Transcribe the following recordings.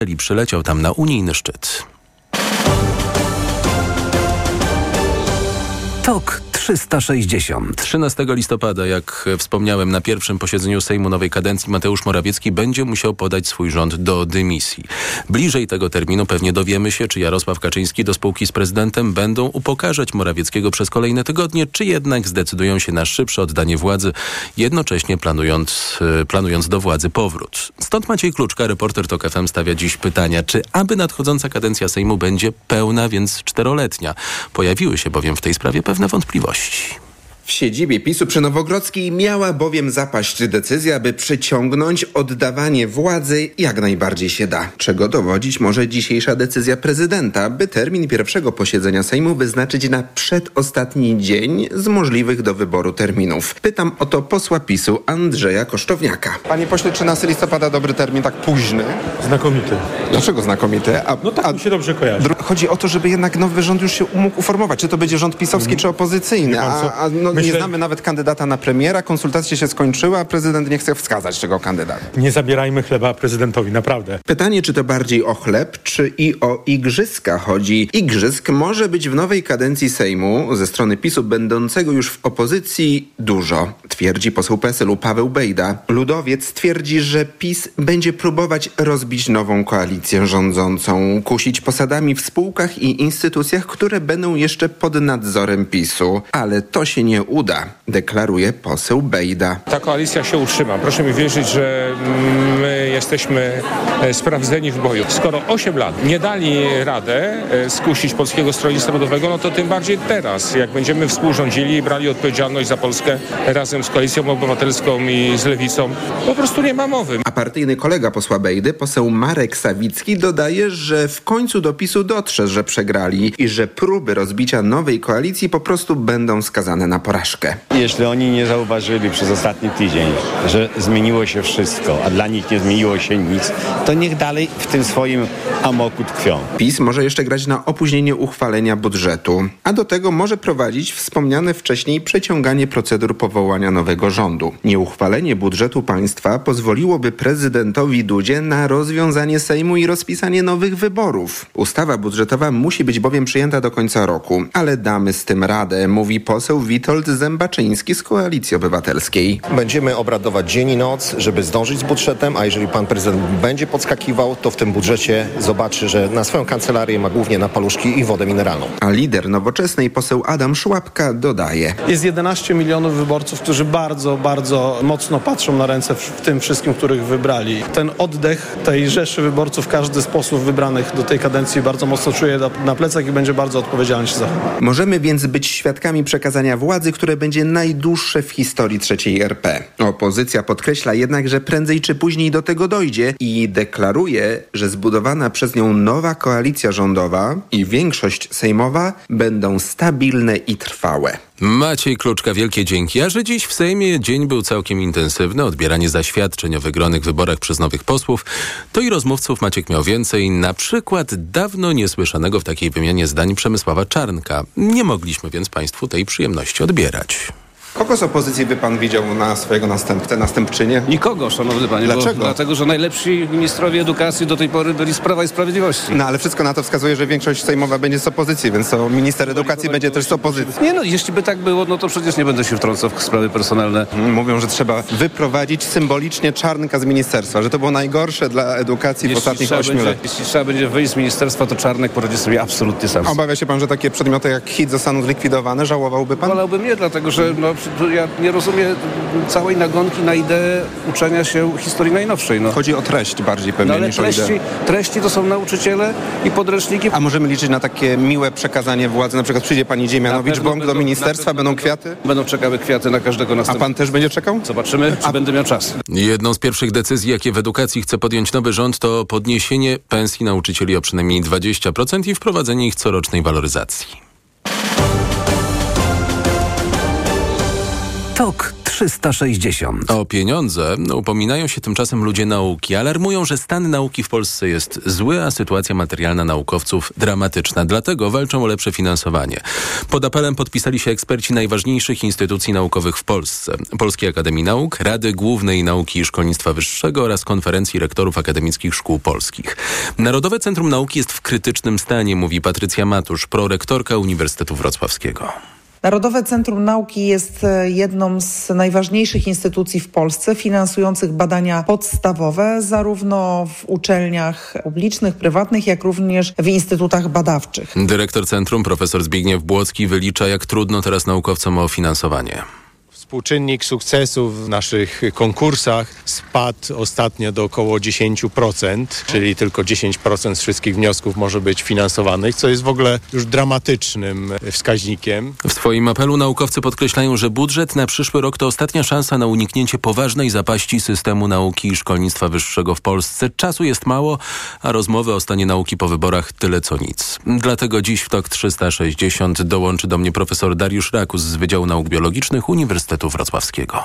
Przyleciał tam na unijny szczyt. TOK 360. 13 listopada, jak wspomniałem, na pierwszym posiedzeniu Sejmu nowej kadencji Mateusz Morawiecki będzie musiał podać swój rząd do dymisji. Bliżej tego terminu pewnie dowiemy się, czy Jarosław Kaczyński do spółki z prezydentem będą upokarzać Morawieckiego przez kolejne tygodnie, czy jednak zdecydują się na szybsze oddanie władzy, jednocześnie planując do władzy powrót. Stąd Maciej Kluczka, reporter TOK FM, stawia dziś pytania, czy aby nadchodząca kadencja Sejmu będzie pełna, więc 4-letnia. Pojawiły się bowiem w tej sprawie pewne wątpliwości. W siedzibie PiS-u przy Nowogrodzkiej miała bowiem zapaść decyzja, by przyciągnąć oddawanie władzy jak najbardziej się da. Czego dowodzić może dzisiejsza decyzja prezydenta, by termin pierwszego posiedzenia Sejmu wyznaczyć na przedostatni dzień z możliwych do wyboru terminów. Pytam o to posła PiS-u Andrzeja Kosztowniaka. Panie pośle, 13 listopada dobry termin, tak późny? Znakomity. Dlaczego znakomity? Mi się dobrze kojarzy. Chodzi o to, żeby jednak nowy rząd już się mógł uformować. Czy to będzie rząd pisowski, czy opozycyjny? Nie znamy nawet kandydata na premiera, konsultacje się skończyły, a prezydent nie chce wskazać tego kandydata. Nie zabierajmy chleba prezydentowi, naprawdę. Pytanie, czy to bardziej o chleb, czy i o igrzyska chodzi. Igrzysk może być w nowej kadencji Sejmu ze strony PiS-u będącego już w opozycji dużo, twierdzi poseł PSL-u Paweł Bejda. Ludowiec twierdzi, że PiS będzie próbować rozbić nową koalicję rządzącą, kusić posadami w spółkach i instytucjach, które będą jeszcze pod nadzorem PiS-u. Ale to się nie uda, deklaruje poseł Bejda. Ta koalicja się utrzyma. Proszę mi wierzyć, że my jesteśmy sprawdzeni w boju. Skoro 8 lat nie dali radę skusić Polskiego Stronnictwa Ludowego, no to tym bardziej teraz, jak będziemy współrządzili i brali odpowiedzialność za Polskę razem z Koalicją Obywatelską i z Lewicą, po prostu nie ma mowy. A partyjny kolega posła Bejdy, poseł Marek Sawicki, dodaje, że w końcu do PiS-u dotrze, że przegrali i że próby rozbicia nowej koalicji po prostu będą skazane na porażkę. Jeśli oni nie zauważyli przez ostatni tydzień, że zmieniło się wszystko, a dla nich nie zmieniło się nic, to niech dalej w tym swoim amoku tkwią. PiS może jeszcze grać na opóźnienie uchwalenia budżetu, a do tego może prowadzić wspomniane wcześniej przeciąganie procedur powołania nowego rządu. Nieuchwalenie budżetu państwa pozwoliłoby prezydentowi Dudzie na rozwiązanie Sejmu i rozpisanie nowych wyborów. Ustawa budżetowa musi być bowiem przyjęta do końca roku, ale damy z tym radę, mówi poseł Witold Zębaczyński z Koalicji Obywatelskiej. Będziemy obradować dzień i noc, żeby zdążyć z budżetem, a jeżeli pan prezydent będzie podskakiwał, to w tym budżecie zobaczy, że na swoją kancelarię ma głównie na paluszki i wodę mineralną. A lider Nowoczesnej, poseł Adam Szłapka, dodaje. Jest 11 milionów wyborców, którzy bardzo, bardzo mocno patrzą na ręce w tym wszystkim, których wybrali. Ten oddech tej rzeszy wyborców każdy z posłów wybranych do tej kadencji bardzo mocno czuje na plecach i będzie bardzo odpowiedzialnie się zachował. Możemy więc być świadkami przekazania władzy, które będzie najdłuższe w historii III RP. Opozycja podkreśla jednak, że prędzej czy później do tego dojdzie i deklaruje, że zbudowana przez nią nowa koalicja rządowa i większość sejmowa będą stabilne i trwałe. Maciej Kluczka, wielkie dzięki. A że dziś w Sejmie dzień był całkiem intensywny, odbieranie zaświadczeń o wygranych wyborach przez nowych posłów, to i rozmówców Maciek miał więcej, na przykład dawno niesłyszanego w takiej wymianie zdań Przemysława Czarnka. Nie mogliśmy więc Państwu tej przyjemności odbierać. Kogo z opozycji by pan widział na swojego następcę, następczynię? Nikogo, szanowny panie. Dlaczego? Dlatego, że najlepsi ministrowie edukacji do tej pory byli z Prawa i Sprawiedliwości. No ale wszystko na to wskazuje, że większość sejmowa będzie z opozycji, więc to minister edukacji będzie też z opozycji. Nie no, jeśli by tak było, no to przecież nie będę się wtrącał w sprawy personalne. Mówią, że trzeba wyprowadzić symbolicznie Czarnka z ministerstwa, że to było najgorsze dla edukacji w ostatnich 8 latach. Jeśli trzeba będzie wyjść z ministerstwa, to Czarnek poradzi sobie absolutnie sam. Obawia się pan, że takie przedmioty jak HIT zostaną zlikwidowane? Żałowałby pan? Wolałbym nie, dlatego że ja nie rozumiem całej nagonki na ideę uczenia się historii najnowszej. No. Chodzi o treść bardziej pewnie ale niż o ideę. Treści to są nauczyciele i podręczniki. A możemy liczyć na takie miłe przekazanie władzy? Na przykład przyjdzie pani Dziemianowicz-Bąk do ministerstwa, będą kwiaty? Będą czekały kwiaty na każdego następnego. A pan też będzie czekał? Zobaczymy, czy będę miał czas. Jedną z pierwszych decyzji, jakie w edukacji chce podjąć nowy rząd, to podniesienie pensji nauczycieli o przynajmniej 20% i wprowadzenie ich corocznej waloryzacji. TOK 360. O pieniądze upominają się tymczasem ludzie nauki. Alarmują, że stan nauki w Polsce jest zły, a sytuacja materialna naukowców dramatyczna. Dlatego walczą o lepsze finansowanie. Pod apelem podpisali się eksperci najważniejszych instytucji naukowych w Polsce. Polskiej Akademii Nauk, Rady Głównej Nauki i Szkolnictwa Wyższego oraz Konferencji Rektorów Akademickich Szkół Polskich. Narodowe Centrum Nauki jest w krytycznym stanie, mówi Patrycja Matusz, prorektorka Uniwersytetu Wrocławskiego. Narodowe Centrum Nauki jest jedną z najważniejszych instytucji w Polsce finansujących badania podstawowe zarówno w uczelniach publicznych, prywatnych, jak również w instytutach badawczych. Dyrektor centrum profesor Zbigniew Błocki wylicza, jak trudno teraz naukowcom o finansowanie. Współczynnik sukcesu w naszych konkursach spadł ostatnio do około 10%, czyli tylko 10% z wszystkich wniosków może być finansowanych, co jest w ogóle już dramatycznym wskaźnikiem. W swoim apelu naukowcy podkreślają, że budżet na przyszły rok to ostatnia szansa na uniknięcie poważnej zapaści systemu nauki i szkolnictwa wyższego w Polsce. Czasu jest mało, a rozmowy o stanie nauki po wyborach tyle co nic. Dlatego dziś w TOK 360 dołączy do mnie profesor Dariusz Rakus z Wydziału Nauk Biologicznych Uniwersytetu Wrocławskiego.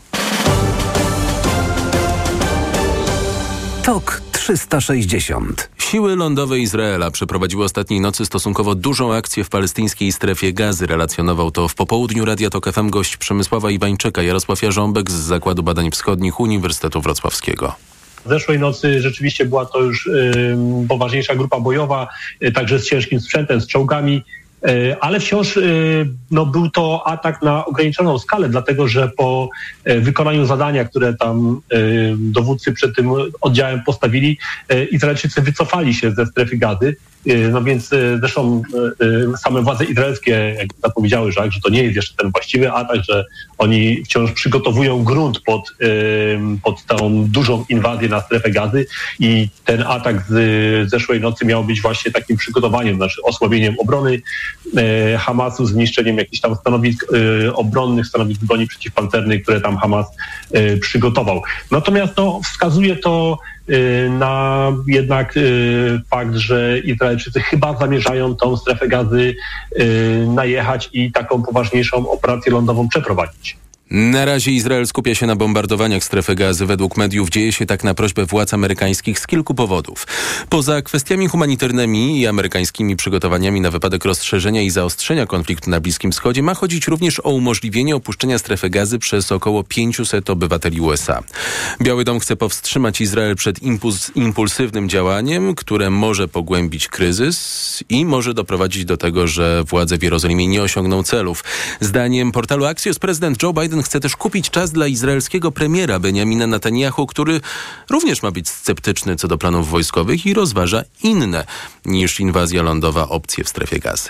TOK 360. Siły lądowe Izraela przeprowadziły ostatniej nocy stosunkowo dużą akcję w palestyńskiej strefie Gazy. Relacjonował to w popołudniu Radia TOK FM gość Przemysława Iwańczyka, Jarosław Jarząbek z Zakładu Badań Wschodnich Uniwersytetu Wrocławskiego. Zeszłej nocy rzeczywiście była to już poważniejsza grupa bojowa, także z ciężkim sprzętem, z czołgami. Ale wciąż był to atak na ograniczoną skalę, dlatego że po wykonaniu zadania, które tam dowódcy przed tym oddziałem postawili, Izraelczycy wycofali się ze strefy Gazy. No więc zresztą same władze izraelskie jak zapowiedziały, że to nie jest jeszcze ten właściwy atak, że oni wciąż przygotowują grunt pod tą dużą inwazję na strefę Gazy i ten atak z zeszłej nocy miał być właśnie takim przygotowaniem, znaczy osłabieniem obrony Hamasu, zniszczeniem jakichś tam stanowisk obronnych, stanowisk broni przeciwpancernej, które tam Hamas przygotował. Natomiast wskazuje to na jednak fakt, że Izraelczycy chyba zamierzają tą strefę Gazy najechać i taką poważniejszą operację lądową przeprowadzić. Na razie Izrael skupia się na bombardowaniach strefy Gazy. Według mediów dzieje się tak na prośbę władz amerykańskich z kilku powodów. Poza kwestiami humanitarnymi i amerykańskimi przygotowaniami na wypadek rozszerzenia i zaostrzenia konfliktu na Bliskim Wschodzie ma chodzić również o umożliwienie opuszczenia strefy Gazy przez około 500 obywateli USA. Biały Dom chce powstrzymać Izrael przed impulsywnym działaniem, które może pogłębić kryzys i może doprowadzić do tego, że władze w Jerozolimie nie osiągną celów. Zdaniem portalu Axios prezydent Joe Biden chce też kupić czas dla izraelskiego premiera Benjamina Netanyahu, który również ma być sceptyczny co do planów wojskowych i rozważa inne niż inwazja lądowa opcje w strefie Gazy.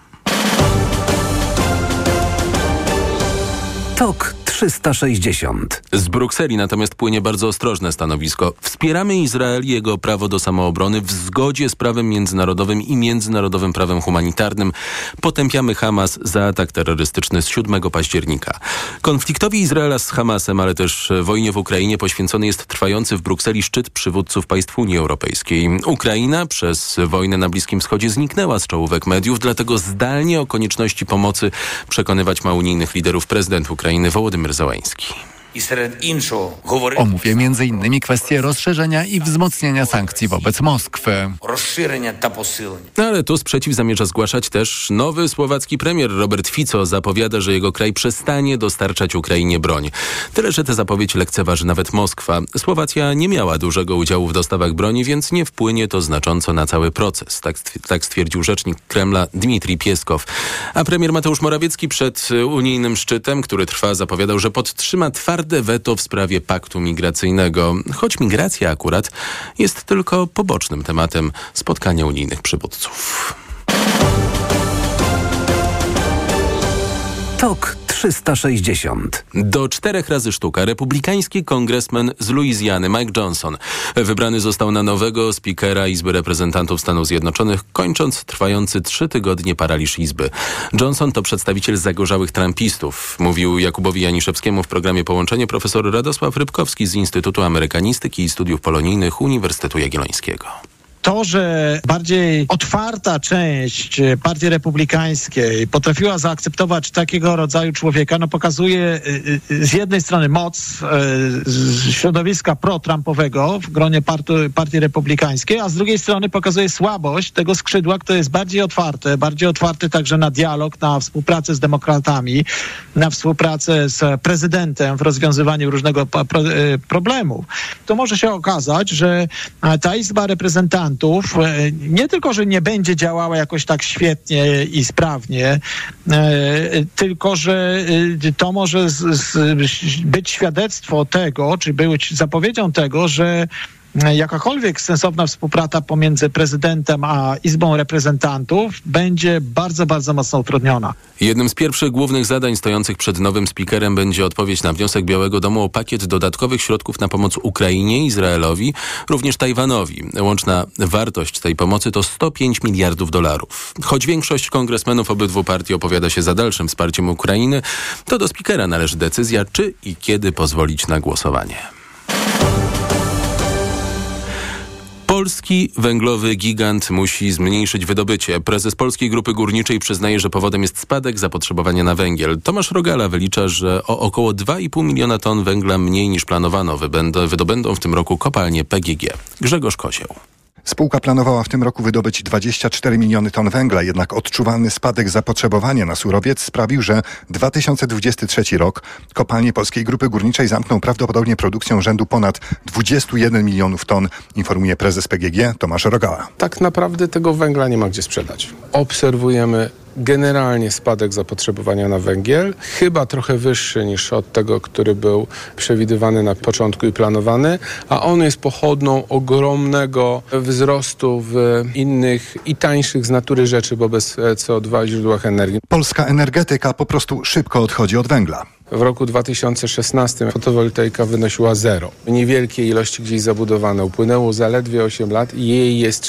TOK 360. Z Brukseli natomiast płynie bardzo ostrożne stanowisko. Wspieramy Izrael i jego prawo do samoobrony w zgodzie z prawem międzynarodowym i międzynarodowym prawem humanitarnym. Potępiamy Hamas za atak terrorystyczny z 7 października. Konfliktowi Izraela z Hamasem, ale też wojnie w Ukrainie poświęcony jest trwający w Brukseli szczyt przywódców państw Unii Europejskiej. Ukraina przez wojnę na Bliskim Wschodzie zniknęła z czołówek mediów, dlatego zdalnie o konieczności pomocy przekonywać ma unijnych liderów prezydent Ukrainy Wołodymyr Zełański. Omówię m.in. kwestię rozszerzenia i wzmocnienia sankcji wobec Moskwy. Ale tu sprzeciw zamierza zgłaszać też nowy słowacki premier Robert Fico. Zapowiada, że jego kraj przestanie dostarczać Ukrainie broń. Tyle, że tę zapowiedź lekceważy nawet Moskwa. Słowacja nie miała dużego udziału w dostawach broni, więc nie wpłynie to znacząco na cały proces. Tak stwierdził rzecznik Kremla Dmitrij Pieskow. A premier Mateusz Morawiecki przed unijnym szczytem, który trwa, zapowiadał, że podtrzyma twarde weto w sprawie paktu migracyjnego. Choć migracja akurat jest tylko pobocznym tematem spotkania unijnych przywódców. TOK 360. Do 4 razy sztuka republikański kongresmen z Luizjany Mike Johnson wybrany został na nowego spikera Izby Reprezentantów Stanów Zjednoczonych, kończąc trwający 3 tygodnie paraliż Izby. Johnson to przedstawiciel zagorzałych trumpistów, mówił Jakubowi Janiszewskiemu w programie Połączenie profesor Radosław Rybkowski z Instytutu Amerykanistyki i Studiów Polonijnych Uniwersytetu Jagiellońskiego. To, że bardziej otwarta część Partii Republikańskiej potrafiła zaakceptować takiego rodzaju człowieka, pokazuje z jednej strony moc środowiska pro-trumpowego w gronie Partii Republikańskiej, a z drugiej strony pokazuje słabość tego skrzydła, które jest bardziej otwarte także na dialog, na współpracę z demokratami, na współpracę z prezydentem w rozwiązywaniu różnego problemów. To może się okazać, że ta Izba Reprezentantów nie tylko, że nie będzie działała jakoś tak świetnie i sprawnie, tylko, że to może być świadectwo tego, czy być zapowiedzią tego, że jakakolwiek sensowna współpraca pomiędzy prezydentem a Izbą Reprezentantów będzie bardzo, bardzo mocno utrudniona. Jednym z pierwszych głównych zadań stojących przed nowym speakerem będzie odpowiedź na wniosek Białego Domu o pakiet dodatkowych środków na pomoc Ukrainie, Izraelowi, również Tajwanowi. Łączna wartość tej pomocy to $105 miliardów. Choć większość kongresmenów obydwu partii opowiada się za dalszym wsparciem Ukrainy, to do speakera należy decyzja, czy i kiedy pozwolić na głosowanie. Polski węglowy gigant musi zmniejszyć wydobycie. Prezes Polskiej Grupy Górniczej przyznaje, że powodem jest spadek zapotrzebowania na węgiel. Tomasz Rogala wylicza, że o około 2,5 miliona ton węgla mniej niż planowano wydobędą w tym roku kopalnie PGG. Grzegorz Kozieł. Spółka planowała w tym roku wydobyć 24 miliony ton węgla, jednak odczuwalny spadek zapotrzebowania na surowiec sprawił, że 2023 rok kopalnie Polskiej Grupy Górniczej zamkną prawdopodobnie produkcją rzędu ponad 21 milionów ton, informuje prezes PGG Tomasz Rogala. Tak naprawdę tego węgla nie ma gdzie sprzedać. Obserwujemy generalnie spadek zapotrzebowania na węgiel, chyba trochę wyższy niż od tego, który był przewidywany na początku i planowany, a on jest pochodną ogromnego wzrostu w innych i tańszych z natury rzeczy wobec CO2 źródłach energii. Polska energetyka po prostu szybko odchodzi od węgla. W roku 2016 fotowoltaika wynosiła 0. Niewielkie ilości gdzieś zabudowane. Upłynęło zaledwie 8 lat i jej jest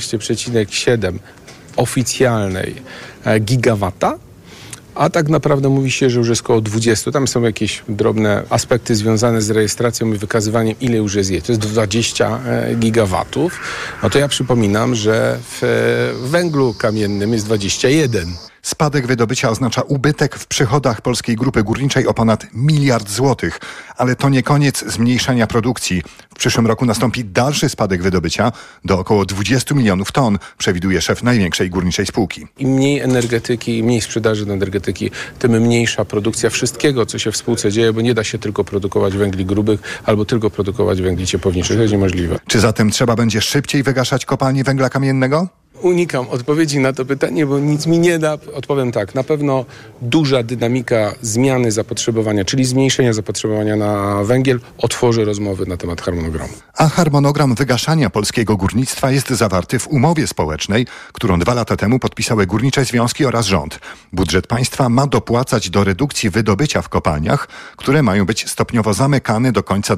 14,7 oficjalnej gigawata, a tak naprawdę mówi się, że już jest około 20. Tam są jakieś drobne aspekty związane z rejestracją i wykazywaniem, ile już jest jej. To jest 20 gigawatów. No to ja przypominam, że w węglu kamiennym jest 21. Spadek wydobycia oznacza ubytek w przychodach Polskiej Grupy Górniczej o ponad 1 miliard złotych. Ale to nie koniec zmniejszenia produkcji. W przyszłym roku nastąpi dalszy spadek wydobycia do około 20 milionów ton, przewiduje szef największej górniczej spółki. Im mniej energetyki, im mniej sprzedaży do energetyki, tym mniejsza produkcja wszystkiego, co się w spółce dzieje, bo nie da się tylko produkować węgli grubych albo tylko produkować węgli ciepłowniczych. To jest niemożliwe. Czy zatem trzeba będzie szybciej wygaszać kopalnie węgla kamiennego? Unikam odpowiedzi na to pytanie, bo nic mi nie da. Odpowiem tak, na pewno duża dynamika zmiany zapotrzebowania, czyli zmniejszenia zapotrzebowania na węgiel, otworzy rozmowy na temat harmonogramu. A harmonogram wygaszania polskiego górnictwa jest zawarty w umowie społecznej, którą 2 lata temu podpisały górnicze związki oraz rząd. Budżet państwa ma dopłacać do redukcji wydobycia w kopalniach, które mają być stopniowo zamykane do końca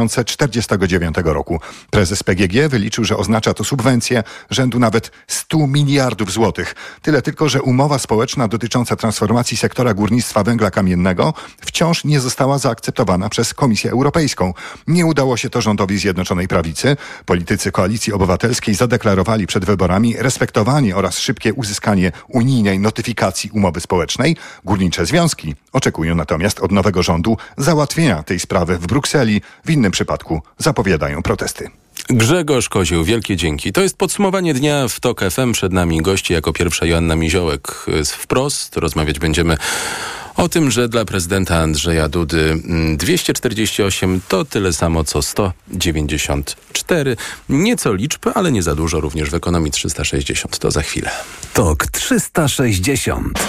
2049 roku. Prezes PGG wyliczył, że oznacza to subwencję rzędu nawet 100 miliardów złotych. Tyle tylko, że umowa społeczna dotycząca transformacji sektora górnictwa węgla kamiennego wciąż nie została zaakceptowana przez Komisję Europejską. Nie udało się to rządowi Zjednoczonej Prawicy. Politycy Koalicji Obywatelskiej zadeklarowali przed wyborami respektowanie oraz szybkie uzyskanie unijnej notyfikacji umowy społecznej. Górnicze związki oczekują natomiast od nowego rządu załatwienia tej sprawy w Brukseli. W innym przypadku zapowiadają protesty. Grzegorz Kozieł, wielkie dzięki. To jest podsumowanie dnia w TOK FM. Przed nami goście, jako pierwsza Joanna Miziołek z Wprost. Rozmawiać będziemy o tym, że dla prezydenta Andrzeja Dudy 248 to tyle samo co 194. Nieco liczb, ale nie za dużo, również w ekonomii 360. To za chwilę. TOK 360.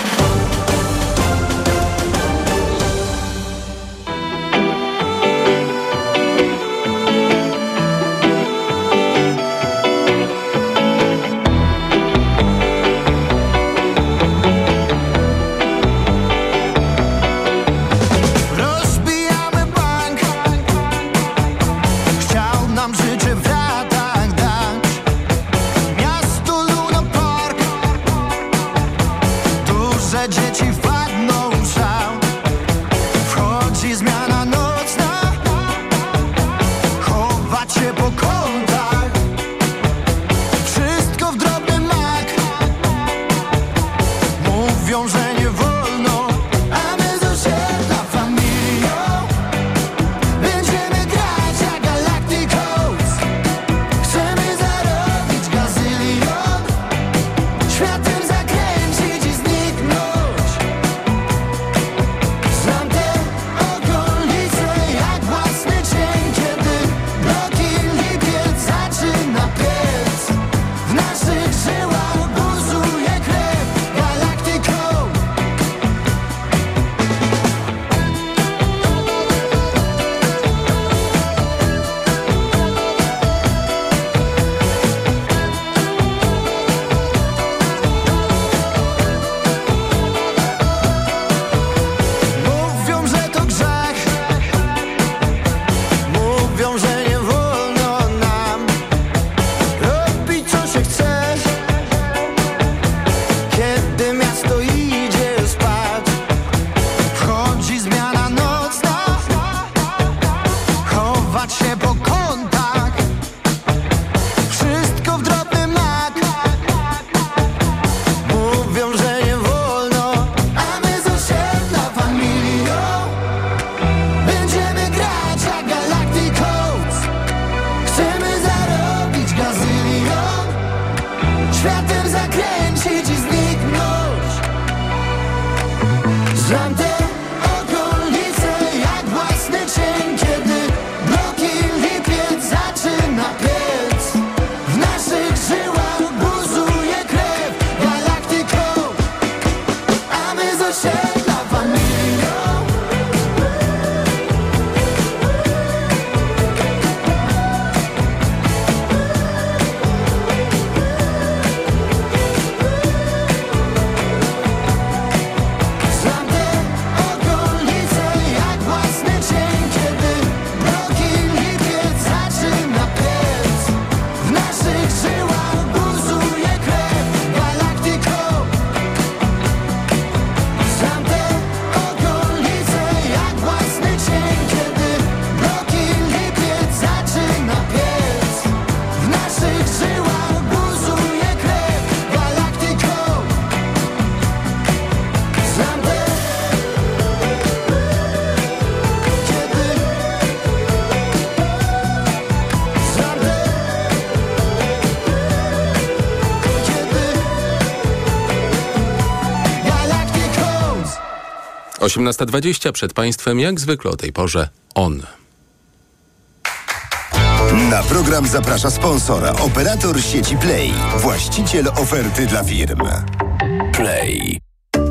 Dzieci 18:20 przed Państwem, jak zwykle o tej porze, ON. Na program zaprasza sponsora, operator sieci Play, właściciel oferty dla firm. Play.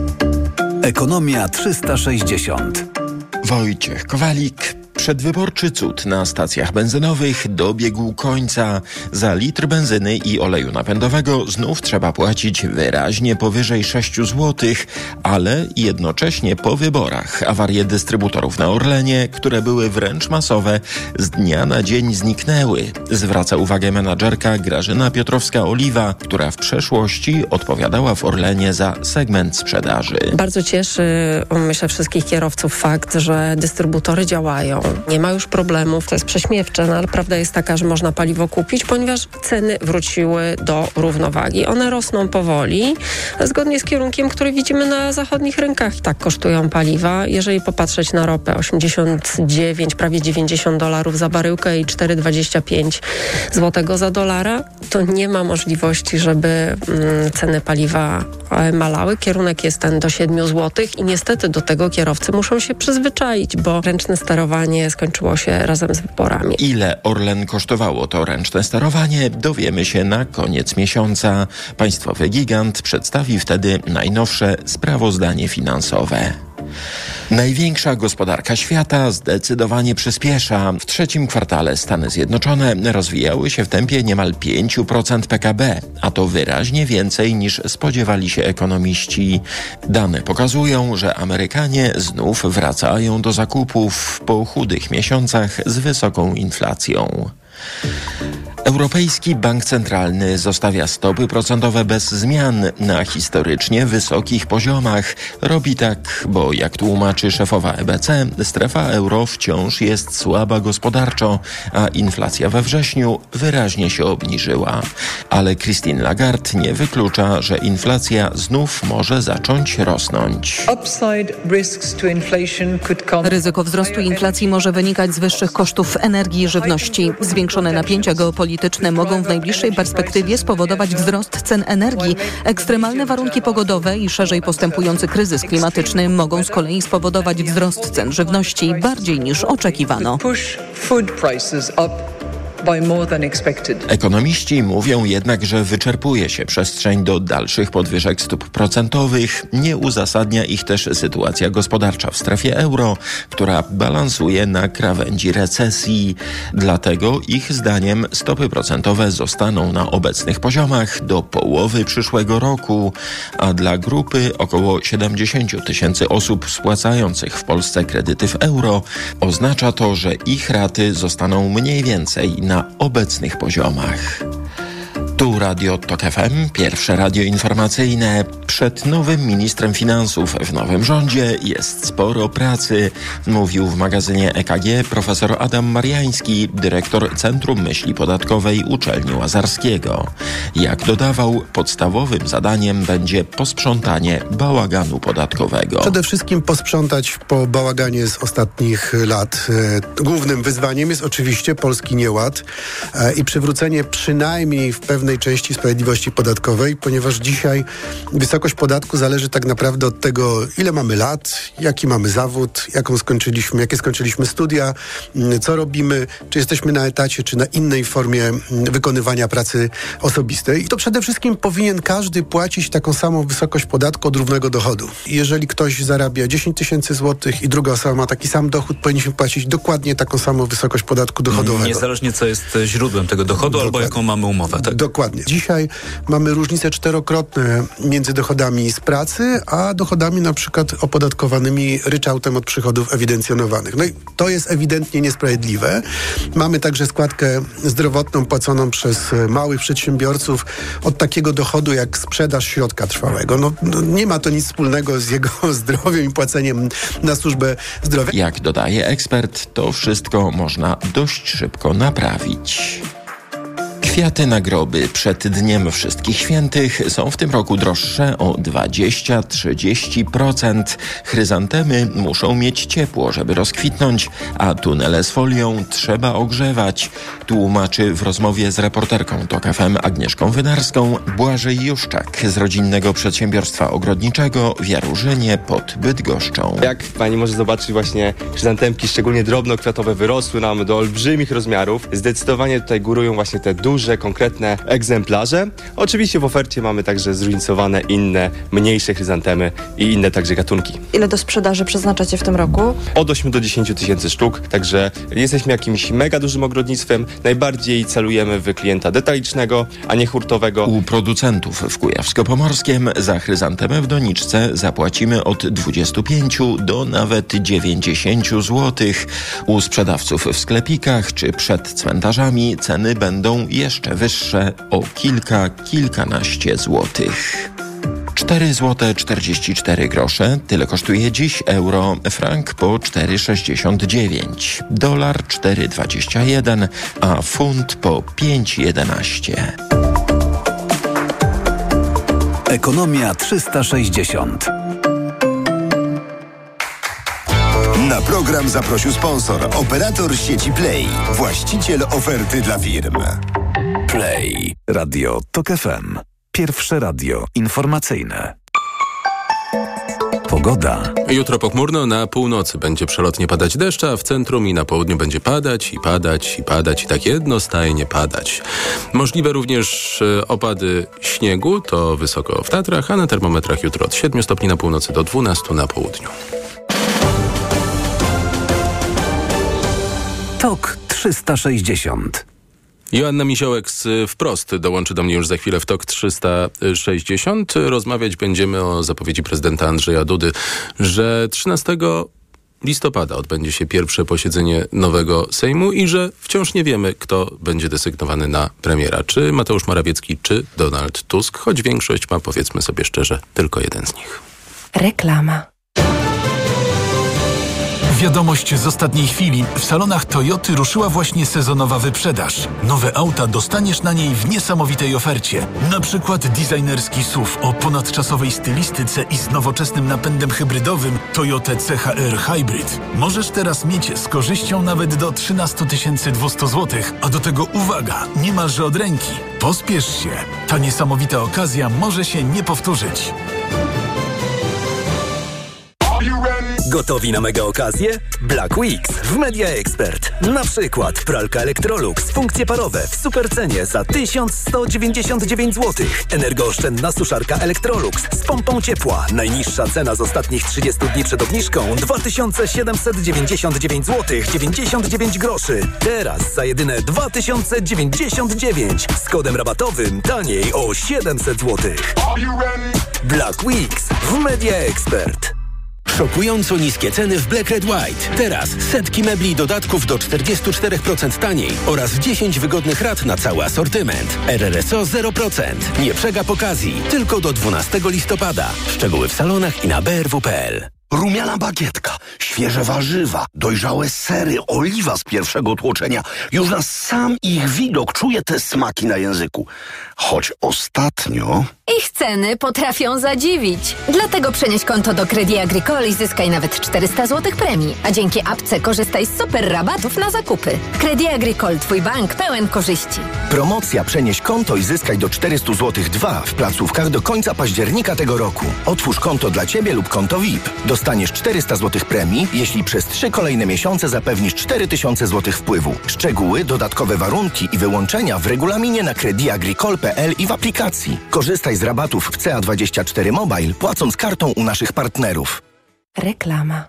Ekonomia 360. Wojciech Kowalik. Przedwyborczy cud na stacjach benzynowych dobiegł końca. Za litr benzyny i oleju napędowego znów trzeba płacić wyraźnie powyżej 6 zł, ale jednocześnie po wyborach awarie dystrybutorów na Orlenie, które były wręcz masowe, z dnia na dzień zniknęły. Zwraca uwagę menadżerka Grażyna Piotrowska-Oliwa, która w przeszłości odpowiadała w Orlenie za segment sprzedaży. Bardzo cieszy, myślę, wszystkich kierowców fakt, że dystrybutory działają. Nie ma już problemów, to jest prześmiewcze, no ale prawda jest taka, że można paliwo kupić, ponieważ ceny wróciły do równowagi. One rosną powoli, zgodnie z kierunkiem, który widzimy na zachodnich rynkach. Tak kosztują paliwa. Jeżeli popatrzeć na ropę, 89, prawie $90 za baryłkę i 4,25 zł za dolara, to nie ma możliwości, żeby ceny paliwa malały. Kierunek jest ten do 7 zł i niestety do tego kierowcy muszą się przyzwyczaić, bo ręczne sterowanie skończyło się razem z wyborami. Ile Orlen kosztowało to ręczne sterowanie, dowiemy się na koniec miesiąca. Państwowy gigant przedstawi wtedy najnowsze sprawozdanie finansowe. Największa gospodarka świata zdecydowanie przyspiesza. W trzecim kwartale Stany Zjednoczone rozwijały się w tempie niemal 5% PKB, a to wyraźnie więcej niż spodziewali się ekonomiści. Dane pokazują, że Amerykanie znów wracają do zakupów po chudych miesiącach z wysoką inflacją. Europejski Bank Centralny zostawia stopy procentowe bez zmian na historycznie wysokich poziomach. Robi tak, bo jak tłumaczy szefowa EBC, strefa euro wciąż jest słaba gospodarczo, a inflacja we wrześniu wyraźnie się obniżyła. Ale Christine Lagarde nie wyklucza, że inflacja znów może zacząć rosnąć. Ryzyko wzrostu inflacji może wynikać z wyższych kosztów energii i żywności. Zwiększone napięcia geopolityczne mogą w najbliższej perspektywie spowodować wzrost cen energii. Ekstremalne warunki pogodowe i szerzej postępujący kryzys klimatyczny mogą z kolei spowodować wzrost cen żywności bardziej niż oczekiwano. Ekonomiści mówią jednak, że wyczerpuje się przestrzeń do dalszych podwyżek stóp procentowych. Nie uzasadnia ich też sytuacja gospodarcza w strefie euro, która balansuje na krawędzi recesji. Dlatego ich zdaniem stopy procentowe zostaną na obecnych poziomach do połowy przyszłego roku, a dla grupy około 70 000 osób spłacających w Polsce kredyty w euro oznacza to, że ich raty zostaną mniej więcej na obecnych poziomach. Tu Radio TOK FM, pierwsze radio informacyjne. Przed nowym ministrem finansów w nowym rządzie jest sporo pracy, mówił w magazynie EKG profesor Adam Mariański, dyrektor Centrum Myśli Podatkowej Uczelni Łazarskiego. Jak dodawał, podstawowym zadaniem będzie posprzątanie bałaganu podatkowego. Przede wszystkim posprzątać po bałaganie z ostatnich lat. Głównym wyzwaniem jest oczywiście polski nieład i przywrócenie przynajmniej w pewnej części sprawiedliwości podatkowej, ponieważ dzisiaj wysokość podatku zależy tak naprawdę od tego, ile mamy lat, jaki mamy zawód, jakie skończyliśmy studia, co robimy, czy jesteśmy na etacie, czy na innej formie wykonywania pracy osobistej. I to przede wszystkim powinien każdy płacić taką samą wysokość podatku od równego dochodu. Jeżeli ktoś zarabia 10 000 złotych i druga osoba ma taki sam dochód, powinniśmy płacić dokładnie taką samą wysokość podatku dochodowego. Niezależnie co jest źródłem tego dochodu albo jaką mamy umowę. Tak? Dokładnie. Dzisiaj mamy różnice 4-krotne między dochodami z pracy, a dochodami na przykład opodatkowanymi ryczałtem od przychodów ewidencjonowanych. No i to jest ewidentnie niesprawiedliwe. Mamy także składkę zdrowotną płaconą przez małych przedsiębiorców od takiego dochodu jak sprzedaż środka trwałego. No, nie ma to nic wspólnego z jego zdrowiem i płaceniem na służbę zdrowia. Jak dodaje ekspert, to wszystko można dość szybko naprawić. Kwiaty na groby przed Dniem Wszystkich Świętych są w tym roku droższe o 20-30%. Chryzantemy muszą mieć ciepło, żeby rozkwitnąć, a tunele z folią trzeba ogrzewać. Tłumaczy w rozmowie z reporterką TOK FM Agnieszką Wynarską Błażej Juszczak z rodzinnego przedsiębiorstwa ogrodniczego w Jarużynie pod Bydgoszczą. Jak pani może zobaczyć, właśnie chryzantemki, szczególnie drobnokwiatowe, wyrosły nam do olbrzymich rozmiarów. Zdecydowanie tutaj górują właśnie te duże, konkretne egzemplarze. Oczywiście w ofercie mamy także zróżnicowane inne, mniejsze chryzantemy i inne także gatunki. Ile do sprzedaży przeznaczacie w tym roku? Od 8 do 10 tysięcy sztuk, także jesteśmy jakimś mega dużym ogrodnictwem. Najbardziej celujemy w klienta detalicznego, a nie hurtowego. U producentów w Kujawsko-Pomorskiem za chryzantemę w doniczce zapłacimy od 25 do nawet 90 zł. U sprzedawców w sklepikach czy przed cmentarzami ceny będą jeszcze wyższe o kilkanaście złotych. 4,44 zł. Tyle kosztuje dziś euro. Frank po 4,69. Dolar 4,21, a funt po 5,11. Ekonomia 360. Na program zaprosił sponsor, operator sieci Play, właściciel oferty dla firm. Play. Radio TOK FM. Pierwsze radio informacyjne. Pogoda. Jutro pochmurno, na północy będzie przelotnie padać deszcz, a w centrum i na południu będzie padać i tak jednostajnie padać. Możliwe również opady śniegu, to wysoko w Tatrach, a na termometrach jutro od 7 stopni na północy do 12 na południu. TOK 360. Joanna Miziołek z Wprost dołączy do mnie już za chwilę w TOK 360. Rozmawiać będziemy o zapowiedzi prezydenta Andrzeja Dudy, że 13 listopada odbędzie się pierwsze posiedzenie nowego Sejmu i że wciąż nie wiemy, kto będzie desygnowany na premiera. Czy Mateusz Morawiecki, czy Donald Tusk, choć większość ma, powiedzmy sobie szczerze, tylko jeden z nich. Reklama. Wiadomość z ostatniej chwili. W salonach Toyoty ruszyła właśnie sezonowa wyprzedaż. Nowe auta dostaniesz na niej w niesamowitej ofercie. Na przykład designerski SUV o ponadczasowej stylistyce i z nowoczesnym napędem hybrydowym Toyota CHR Hybrid. Możesz teraz mieć z korzyścią nawet do 13 200 zł, a do tego uwaga, niemalże od ręki. Pospiesz się. Ta niesamowita okazja może się nie powtórzyć. Gotowi na mega okazję? Black Weeks w Media Expert. Na przykład pralka Electrolux, funkcje parowe w supercenie za 1199 zł. Energooszczędna suszarka Electrolux z pompą ciepła. Najniższa cena z ostatnich 30 dni przed obniżką 2799 zł 99 groszy. Teraz za jedyne 2099 z kodem rabatowym taniej o 700 zł. Black Weeks w Media Expert. Szokująco niskie ceny w Black Red White. Teraz setki mebli i dodatków do 44% taniej oraz 10 wygodnych rat na cały asortyment. RRSO 0%. Nie przegap okazji. Tylko do 12 listopada. Szczegóły w salonach i na brw.pl. Rumiana bagietka, świeże warzywa, dojrzałe sery, oliwa z pierwszego tłoczenia. Już na sam ich widok czuję te smaki na języku. Choć ostatnio... Ich ceny potrafią zadziwić. Dlatego przenieś konto do Crédit Agricole i zyskaj nawet 400 zł premii. A dzięki apce korzystaj z super rabatów na zakupy. Crédit Agricole, twój bank pełen korzyści. Promocja Przenieś konto i zyskaj do 400 zł 2 w placówkach do końca października tego roku. Otwórz konto dla Ciebie lub konto VIP. Dostaniesz 400 zł premii, jeśli przez 3 kolejne miesiące zapewnisz 4000 zł wpływu. Szczegóły, dodatkowe warunki i wyłączenia w regulaminie na crediagricole.pl i w aplikacji. Korzystaj z rabatów w CA24 Mobile, płacąc kartą u naszych partnerów. Reklama.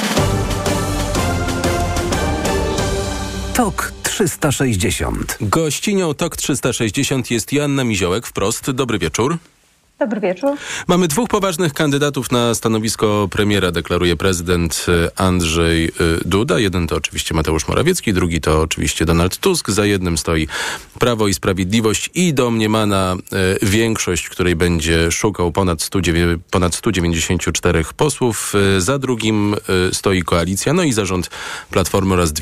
TOK 360. Gościnią TOK 360 jest Joanna Miziołek. Wprost. Dobry wieczór. Dobry wieczór. Mamy dwóch poważnych kandydatów na stanowisko premiera, deklaruje prezydent Andrzej Duda. Jeden to oczywiście Mateusz Morawiecki, drugi to oczywiście Donald Tusk. Za jednym stoi Prawo i Sprawiedliwość i domniemana większość, której będzie szukał ponad 194 posłów. Za drugim stoi koalicja, no i zarząd Platformy oraz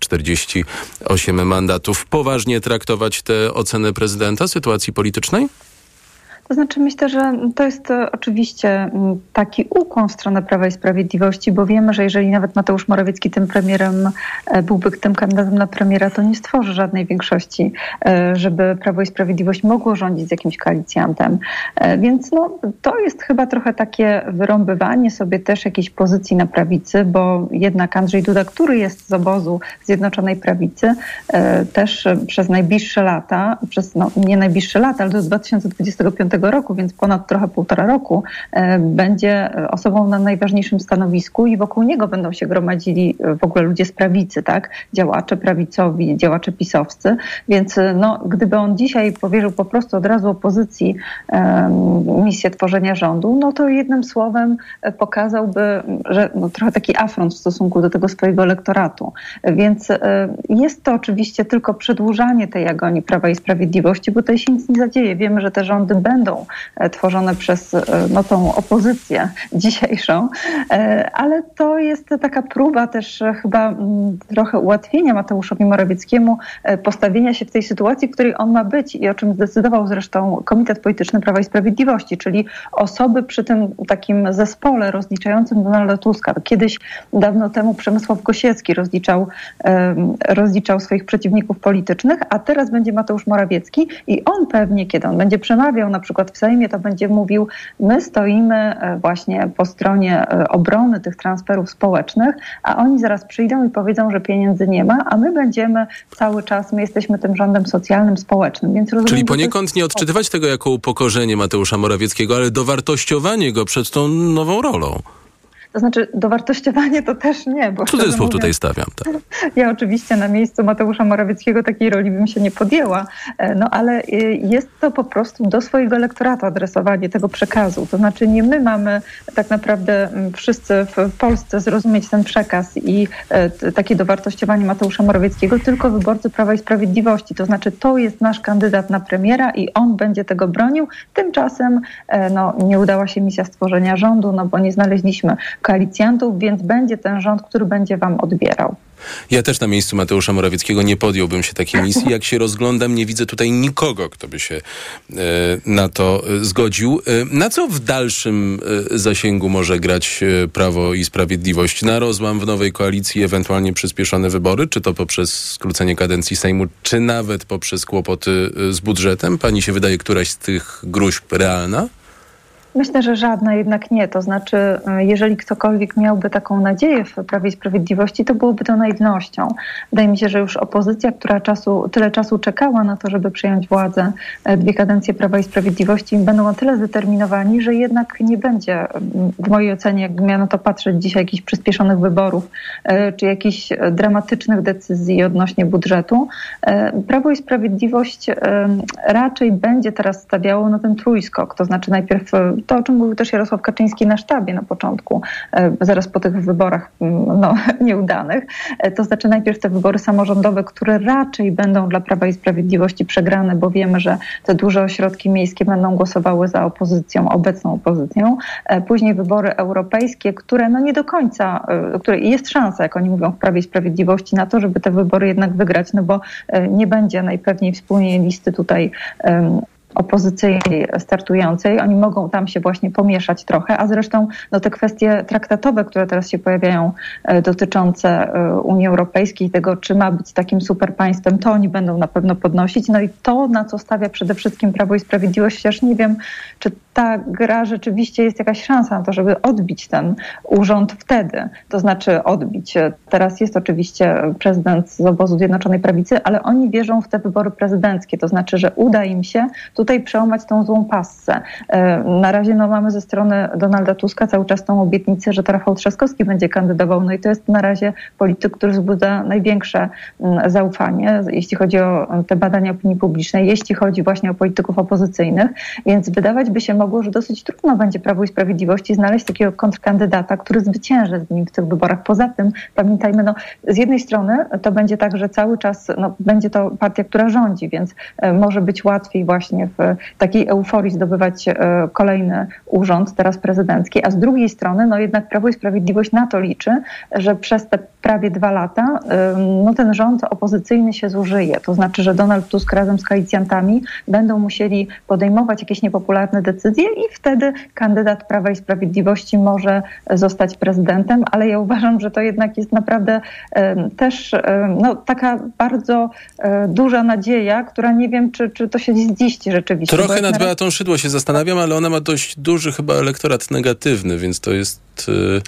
248 mandatów. Poważnie traktować tę ocenę prezydenta sytuacji politycznej? To znaczy myślę, że to jest oczywiście taki ukłon w stronę Prawa i Sprawiedliwości, bo wiemy, że jeżeli nawet Mateusz Morawiecki tym premierem byłby tym kandydatem na premiera, to nie stworzy żadnej większości, żeby Prawo i Sprawiedliwość mogło rządzić z jakimś koalicjantem. Więc to jest chyba trochę takie wyrąbywanie sobie też jakiejś pozycji na prawicy, bo jednak Andrzej Duda, który jest z obozu Zjednoczonej Prawicy, też przez najbliższe lata, nie najbliższe lata, ale do 2025 roku, więc ponad trochę 1,5 roku, będzie osobą na najważniejszym stanowisku i wokół niego będą się gromadzili w ogóle ludzie z prawicy, tak? Działacze prawicowi, działacze pisowscy, więc gdyby on dzisiaj powierzył po prostu od razu opozycji misję tworzenia rządu, to jednym słowem pokazałby, że trochę taki afront w stosunku do tego swojego elektoratu. Więc jest to oczywiście tylko przedłużanie tej agonii Prawa i Sprawiedliwości, bo tutaj się nic nie zadzieje. Wiemy, że te rządy będą tworzone przez tą opozycję dzisiejszą, ale to jest taka próba też chyba trochę ułatwienia Mateuszowi Morawieckiemu postawienia się w tej sytuacji, w której on ma być i o czym zdecydował zresztą Komitet Polityczny Prawa i Sprawiedliwości, czyli osoby przy tym takim zespole rozliczającym Donalda Tuska. Kiedyś dawno temu Przemysław Gosiewski rozliczał swoich przeciwników politycznych, a teraz będzie Mateusz Morawiecki i on pewnie, kiedy on będzie przemawiał na przykład w Sejmie, to będzie mówił, my stoimy właśnie po stronie obrony tych transferów społecznych, a oni zaraz przyjdą i powiedzą, że pieniędzy nie ma, a my będziemy cały czas, my jesteśmy tym rządem socjalnym, społecznym. Więc rozumiem, czyli poniekąd nie odczytywać tego jako upokorzenie Mateusza Morawieckiego, ale dowartościowanie go przed tą nową rolą. To znaczy dowartościowanie to też nie. Bo cudzysłów tutaj stawiam. Tak. Ja oczywiście na miejscu Mateusza Morawieckiego takiej roli bym się nie podjęła, ale jest to po prostu do swojego elektoratu adresowanie tego przekazu. To znaczy nie my mamy tak naprawdę wszyscy w Polsce zrozumieć ten przekaz i takie dowartościowanie Mateusza Morawieckiego, tylko wyborcy Prawa i Sprawiedliwości. To znaczy to jest nasz kandydat na premiera i on będzie tego bronił. Tymczasem nie udała się misja stworzenia rządu, bo nie znaleźliśmy koalicjantów, więc będzie ten rząd, który będzie wam odbierał. Ja też na miejscu Mateusza Morawieckiego nie podjąłbym się takiej misji. Jak się rozglądam, nie widzę tutaj nikogo, kto by się na to zgodził. Na co w dalszym zasięgu może grać Prawo i Sprawiedliwość? Na rozłam w nowej koalicji, ewentualnie przyspieszone wybory? Czy to poprzez skrócenie kadencji Sejmu, czy nawet poprzez kłopoty z budżetem? Pani się wydaje któraś z tych gruźb realna? Myślę, że żadna jednak nie. To znaczy, jeżeli ktokolwiek miałby taką nadzieję w Prawie i Sprawiedliwości, to byłoby to naiwnością. Wydaje mi się, że już opozycja, która tyle czasu czekała na to, żeby przejąć władzę, 2 kadencje Prawa i Sprawiedliwości, będą na tyle zdeterminowani, że jednak nie będzie, w mojej ocenie, jakbym miała na to patrzeć dzisiaj, jakichś przyspieszonych wyborów, czy jakichś dramatycznych decyzji odnośnie budżetu. Prawo i Sprawiedliwość raczej będzie teraz stawiało na ten trójskok. To znaczy najpierw to, o czym mówił też Jarosław Kaczyński na sztabie na początku, zaraz po tych wyborach nieudanych. To znaczy najpierw te wybory samorządowe, które raczej będą dla Prawa i Sprawiedliwości przegrane, bo wiemy, że te duże ośrodki miejskie będą głosowały za opozycją, obecną opozycją. Później wybory europejskie, które nie do końca, które jest szansa, jak oni mówią w Prawie i Sprawiedliwości, na to, żeby te wybory jednak wygrać, bo nie będzie najpewniej wspólnej listy tutaj opozycyjnej startującej. Oni mogą tam się właśnie pomieszać trochę, a zresztą te kwestie traktatowe, które teraz się pojawiają dotyczące Unii Europejskiej, tego czy ma być takim super państwem, to oni będą na pewno podnosić. I to, na co stawia przede wszystkim Prawo i Sprawiedliwość, chociaż nie wiem, czy ta gra rzeczywiście jest jakaś szansa na to, żeby odbić ten urząd wtedy. To znaczy odbić. Teraz jest oczywiście prezydent z obozu Zjednoczonej Prawicy, ale oni wierzą w te wybory prezydenckie. To znaczy, że uda im się tutaj przełamać tą złą passę. Na razie mamy ze strony Donalda Tuska cały czas tą obietnicę, że to Rafał Trzaskowski będzie kandydował. I to jest na razie polityk, który wzbudza największe zaufanie, jeśli chodzi o te badania opinii publicznej, jeśli chodzi właśnie o polityków opozycyjnych. Więc wydawać by się mogło, że dosyć trudno będzie Prawu i Sprawiedliwości znaleźć takiego kontrkandydata, który zwycięży z nim w tych wyborach. Poza tym pamiętajmy, z jednej strony to będzie tak, że cały czas będzie to partia, która rządzi, więc może być łatwiej właśnie w takiej euforii zdobywać kolejny urząd, teraz prezydencki, a z drugiej strony jednak Prawo i Sprawiedliwość na to liczy, że przez te prawie 2 lata ten rząd opozycyjny się zużyje. To znaczy, że Donald Tusk razem z koalicjantami będą musieli podejmować jakieś niepopularne decyzje i wtedy kandydat Prawa i Sprawiedliwości może zostać prezydentem, ale ja uważam, że to jednak jest naprawdę też taka bardzo duża nadzieja, która nie wiem, czy to się ziści rzeczywiście. Trochę nad Beatą Szydło się zastanawiam, ale ona ma dość duży chyba elektorat negatywny, więc to jest...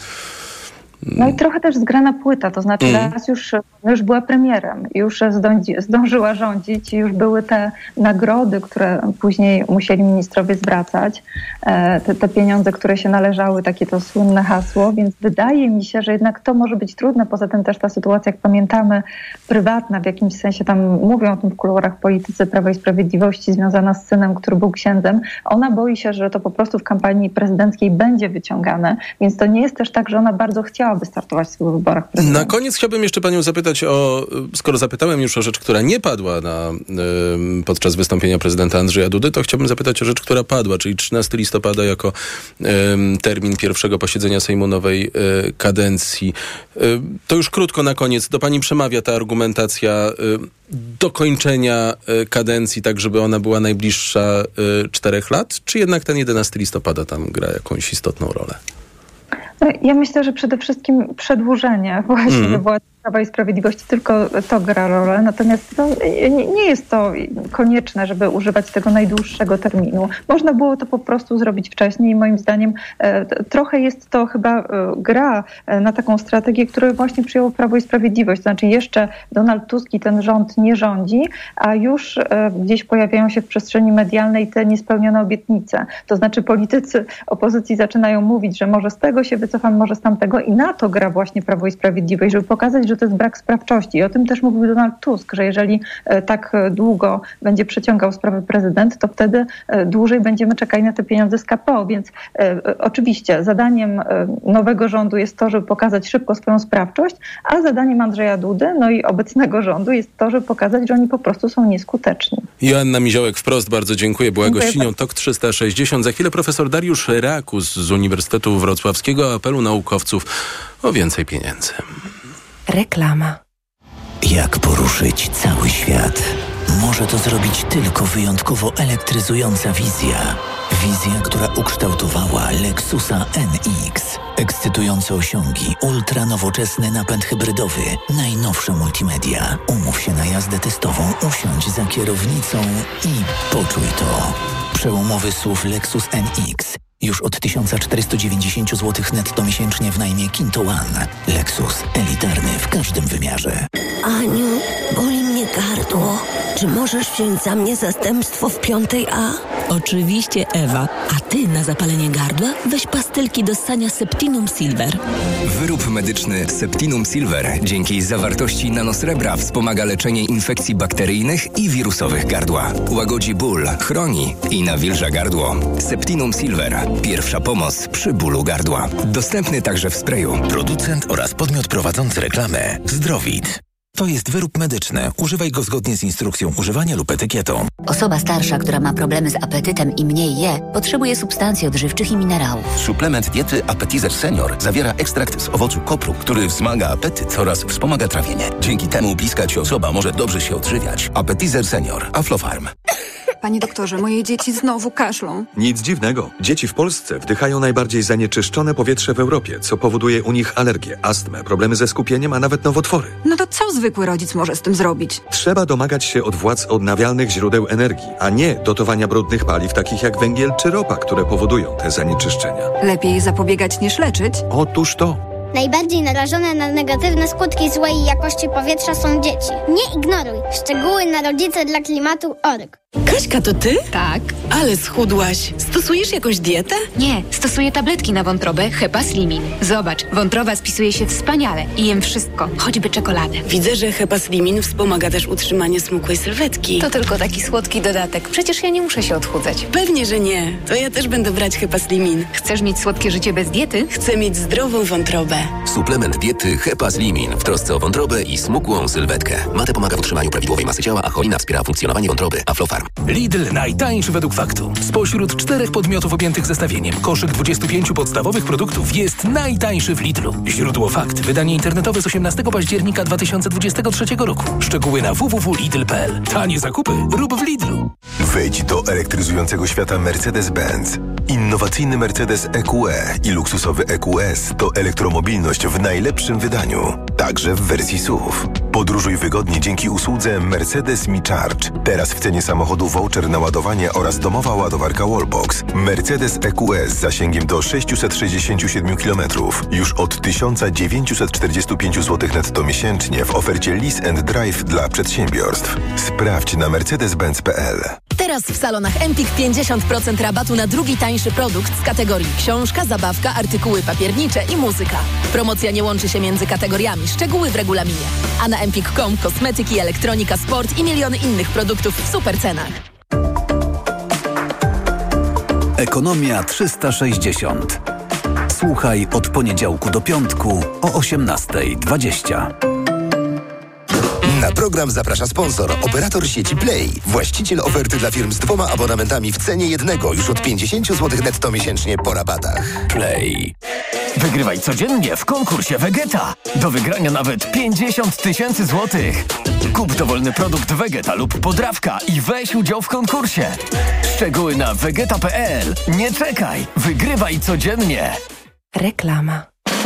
i trochę też zgrana płyta, to znaczy raz już była premierem, już zdążyła rządzić, już były te nagrody, które później musieli ministrowie zwracać, te pieniądze, które się należały, takie to słynne hasło, więc wydaje mi się, że jednak to może być trudne. Poza tym też ta sytuacja, jak pamiętamy, prywatna, w jakimś sensie tam mówią o tym w kuluarach politycy Prawa i Sprawiedliwości, związana z synem, który był księdzem, ona boi się, że to po prostu w kampanii prezydenckiej będzie wyciągane, więc to nie jest też tak, że ona bardzo chciałaby startować w wyborach prezydenckich. Na koniec chciałbym jeszcze panią zapytać skoro zapytałem już o rzecz, która nie padła podczas wystąpienia prezydenta Andrzeja Dudy, to chciałbym zapytać o rzecz, która padła, czyli 13 listopada jako termin pierwszego posiedzenia Sejmu nowej kadencji. To już krótko na koniec. Do pani przemawia ta argumentacja dokończenia kadencji, tak żeby ona była najbliższa 4 lat, czy jednak ten 11 listopada tam gra jakąś istotną rolę? Ja myślę, że przede wszystkim przedłużenie właśnie władzy Prawa i Sprawiedliwości, tylko to gra rolę. Natomiast nie jest to konieczne, żeby używać tego najdłuższego terminu. Można było to po prostu zrobić wcześniej i moim zdaniem trochę jest to chyba gra na taką strategię, którą właśnie przyjęło Prawo i Sprawiedliwość. To znaczy jeszcze Donald Tusk i ten rząd nie rządzi, a już gdzieś pojawiają się w przestrzeni medialnej te niespełnione obietnice. To znaczy politycy opozycji zaczynają mówić, że może z tego się wycofam, może z tamtego i na to gra właśnie Prawo i Sprawiedliwość, żeby pokazać, że to jest brak sprawczości. I o tym też mówił Donald Tusk, że jeżeli tak długo będzie przeciągał sprawę prezydent, to wtedy dłużej będziemy czekali na te pieniądze z KPO. Więc oczywiście zadaniem nowego rządu jest to, żeby pokazać szybko swoją sprawczość, a zadaniem Andrzeja Dudy, i obecnego rządu jest to, żeby pokazać, że oni po prostu są nieskuteczni. Joanna Miziołek wprost, bardzo dziękuję. Była gościnią TOK 360. Za chwilę profesor Dariusz Rakus z Uniwersytetu Wrocławskiego o apelu naukowców o więcej pieniędzy. Reklama. Jak poruszyć cały świat? Może to zrobić tylko wyjątkowo elektryzująca wizja. Wizja, która ukształtowała Lexusa NX. Ekscytujące osiągi, ultranowoczesny napęd hybrydowy, najnowsze multimedia. Umów się na jazdę testową, usiądź za kierownicą i poczuj to. Przełomowy SUV Lexus NX. Już od 1490 zł netto miesięcznie w najmie Kinto One. Lexus. Elitarny w każdym wymiarze. Aniu, boli mnie gardło. Czy możesz wziąć za mnie zastępstwo w 5A? Oczywiście, Ewa. A ty na zapalenie gardła weź pastylki do ssania Septinum Silver. Wyrób medyczny Septinum Silver dzięki zawartości nanosrebra wspomaga leczenie infekcji bakteryjnych i wirusowych gardła. Łagodzi ból, chroni i nawilża gardło. Septinum Silver. Pierwsza pomoc przy bólu gardła. Dostępny także w sprayu. Producent oraz podmiot prowadzący reklamę Zdrowit. To jest wyrób medyczny. Używaj go zgodnie z instrukcją używania lub etykietą. Osoba starsza, która ma problemy z apetytem i mniej je, potrzebuje substancji odżywczych i minerałów. Suplement diety Appetizer Senior zawiera ekstrakt z owocu kopru, który wzmaga apetyt oraz wspomaga trawienie. Dzięki temu bliska ci osoba może dobrze się odżywiać. Appetizer Senior. Aflofarm. Panie doktorze, moje dzieci znowu kaszlą. Nic dziwnego. Dzieci w Polsce wdychają najbardziej zanieczyszczone powietrze w Europie, co powoduje u nich alergie, astmę, problemy ze skupieniem, a nawet nowotwory. No to co zwykły rodzic może z tym zrobić? Trzeba domagać się od władz odnawialnych źródeł energii, a nie dotowania brudnych paliw takich jak węgiel czy ropa, które powodują te zanieczyszczenia. Lepiej zapobiegać niż leczyć? Otóż to. Najbardziej narażone na negatywne skutki złej jakości powietrza są dzieci. Nie ignoruj. Szczegóły na rodzicedlaklimatu.org. Kaśka, to ty? Tak. Ale schudłaś. Stosujesz jakąś dietę? Nie, stosuję tabletki na wątrobę Hepaslimin. Zobacz, wątroba spisuje się wspaniale i jem wszystko, choćby czekoladę. Widzę, że Hepaslimin wspomaga też utrzymanie smukłej sylwetki. To tylko taki słodki dodatek. Przecież ja nie muszę się odchudzać. Pewnie, że nie. To ja też będę brać Hepaslimin. Chcesz mieć słodkie życie bez diety? Chcę mieć zdrową wątrobę. Suplement diety Hepaslimin w trosce o wątrobę i smukłą sylwetkę. Mate pomaga w utrzymaniu prawidłowej masy ciała, a cholina wspiera funkcjonowanie wątroby. Aflofarm. Lidl najtańszy według faktu. Spośród 4 podmiotów objętych zestawieniem koszyk 25 podstawowych produktów jest najtańszy w Lidlu. Źródło fakt. Wydanie internetowe z 18 października 2023 roku. Szczegóły na www.lidl.pl. Tanie zakupy rób w Lidlu. Wejdź do elektryzującego świata Mercedes-Benz. Innowacyjny Mercedes EQE i luksusowy EQS to elektromobilność w najlepszym wydaniu. Także w wersji SUV. Podróżuj wygodnie dzięki usłudze Mercedes Me Charge. Teraz w cenie samochodu voucher na ładowanie oraz domowa ładowarka Wallbox. Mercedes EQS z zasięgiem do 667 km. Już od 1945 zł netto miesięcznie w ofercie Lease and Drive dla przedsiębiorstw. Sprawdź na mercedes-benz.pl. Teraz w salonach Empik 50% rabatu na drugi tańszy produkt z kategorii książka, zabawka, artykuły papiernicze i muzyka. Promocja nie łączy się między kategoriami. Szczegóły w regulaminie. A na empik.com kosmetyki, elektronika, sport i miliony innych produktów w super cenach. Ekonomia 360. Słuchaj od poniedziałku do piątku o 18:20. Na program zaprasza sponsor, operator sieci Play. Właściciel oferty dla firm z 2 abonamentami w cenie jednego już od 50 zł netto miesięcznie po rabatach. Play. Wygrywaj codziennie w konkursie Vegeta. Do wygrania nawet 50 000 złotych. Kup dowolny produkt Vegeta lub podrawka i weź udział w konkursie. Szczegóły na vegeta.pl. Nie czekaj, wygrywaj codziennie. Reklama.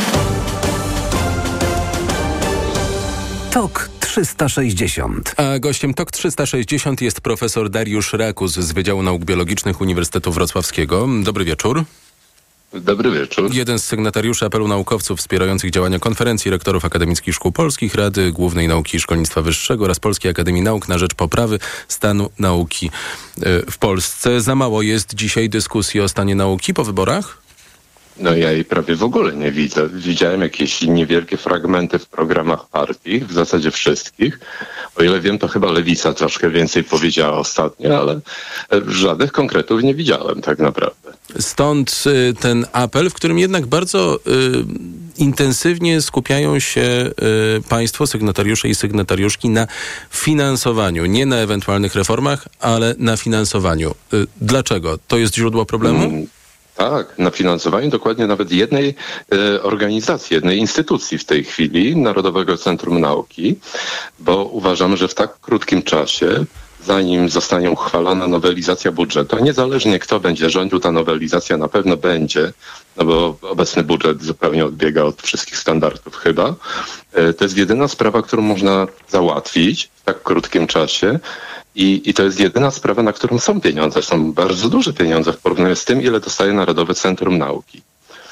TOK 360. A gościem TOK 360 jest profesor Dariusz Rakus z Wydziału Nauk Biologicznych Uniwersytetu Wrocławskiego. Dobry wieczór. Dobry wieczór. Jeden z sygnatariuszy apelu naukowców wspierających działania Konferencji Rektorów Akademickich Szkół Polskich, Rady Głównej Nauki i Szkolnictwa Wyższego oraz Polskiej Akademii Nauk na rzecz poprawy stanu nauki w Polsce. Za mało jest dzisiaj dyskusji o stanie nauki po wyborach? No ja jej prawie w ogóle nie widzę. Widziałem jakieś niewielkie fragmenty w programach partii, w zasadzie wszystkich. O ile wiem, to chyba Lewica troszkę więcej powiedziała ostatnio, ale żadnych konkretów nie widziałem tak naprawdę. Stąd ten apel, w którym jednak bardzo intensywnie skupiają się państwo, sygnatariusze i sygnatariuszki na finansowaniu. Nie na ewentualnych reformach, ale na finansowaniu. Dlaczego? To jest źródło problemu? Tak, na finansowaniu dokładnie nawet jednej organizacji, jednej instytucji w tej chwili, Narodowego Centrum Nauki, bo uważamy, że w tak krótkim czasie, zanim zostanie uchwalona nowelizacja budżetu, a niezależnie kto będzie rządził, ta nowelizacja na pewno będzie, no bo obecny budżet zupełnie odbiega od wszystkich standardów chyba. To jest jedyna sprawa, którą można załatwić w tak krótkim czasie. I to jest jedyna sprawa, na którą są pieniądze. Są bardzo duże pieniądze w porównaniu z tym, ile dostaje Narodowe Centrum Nauki.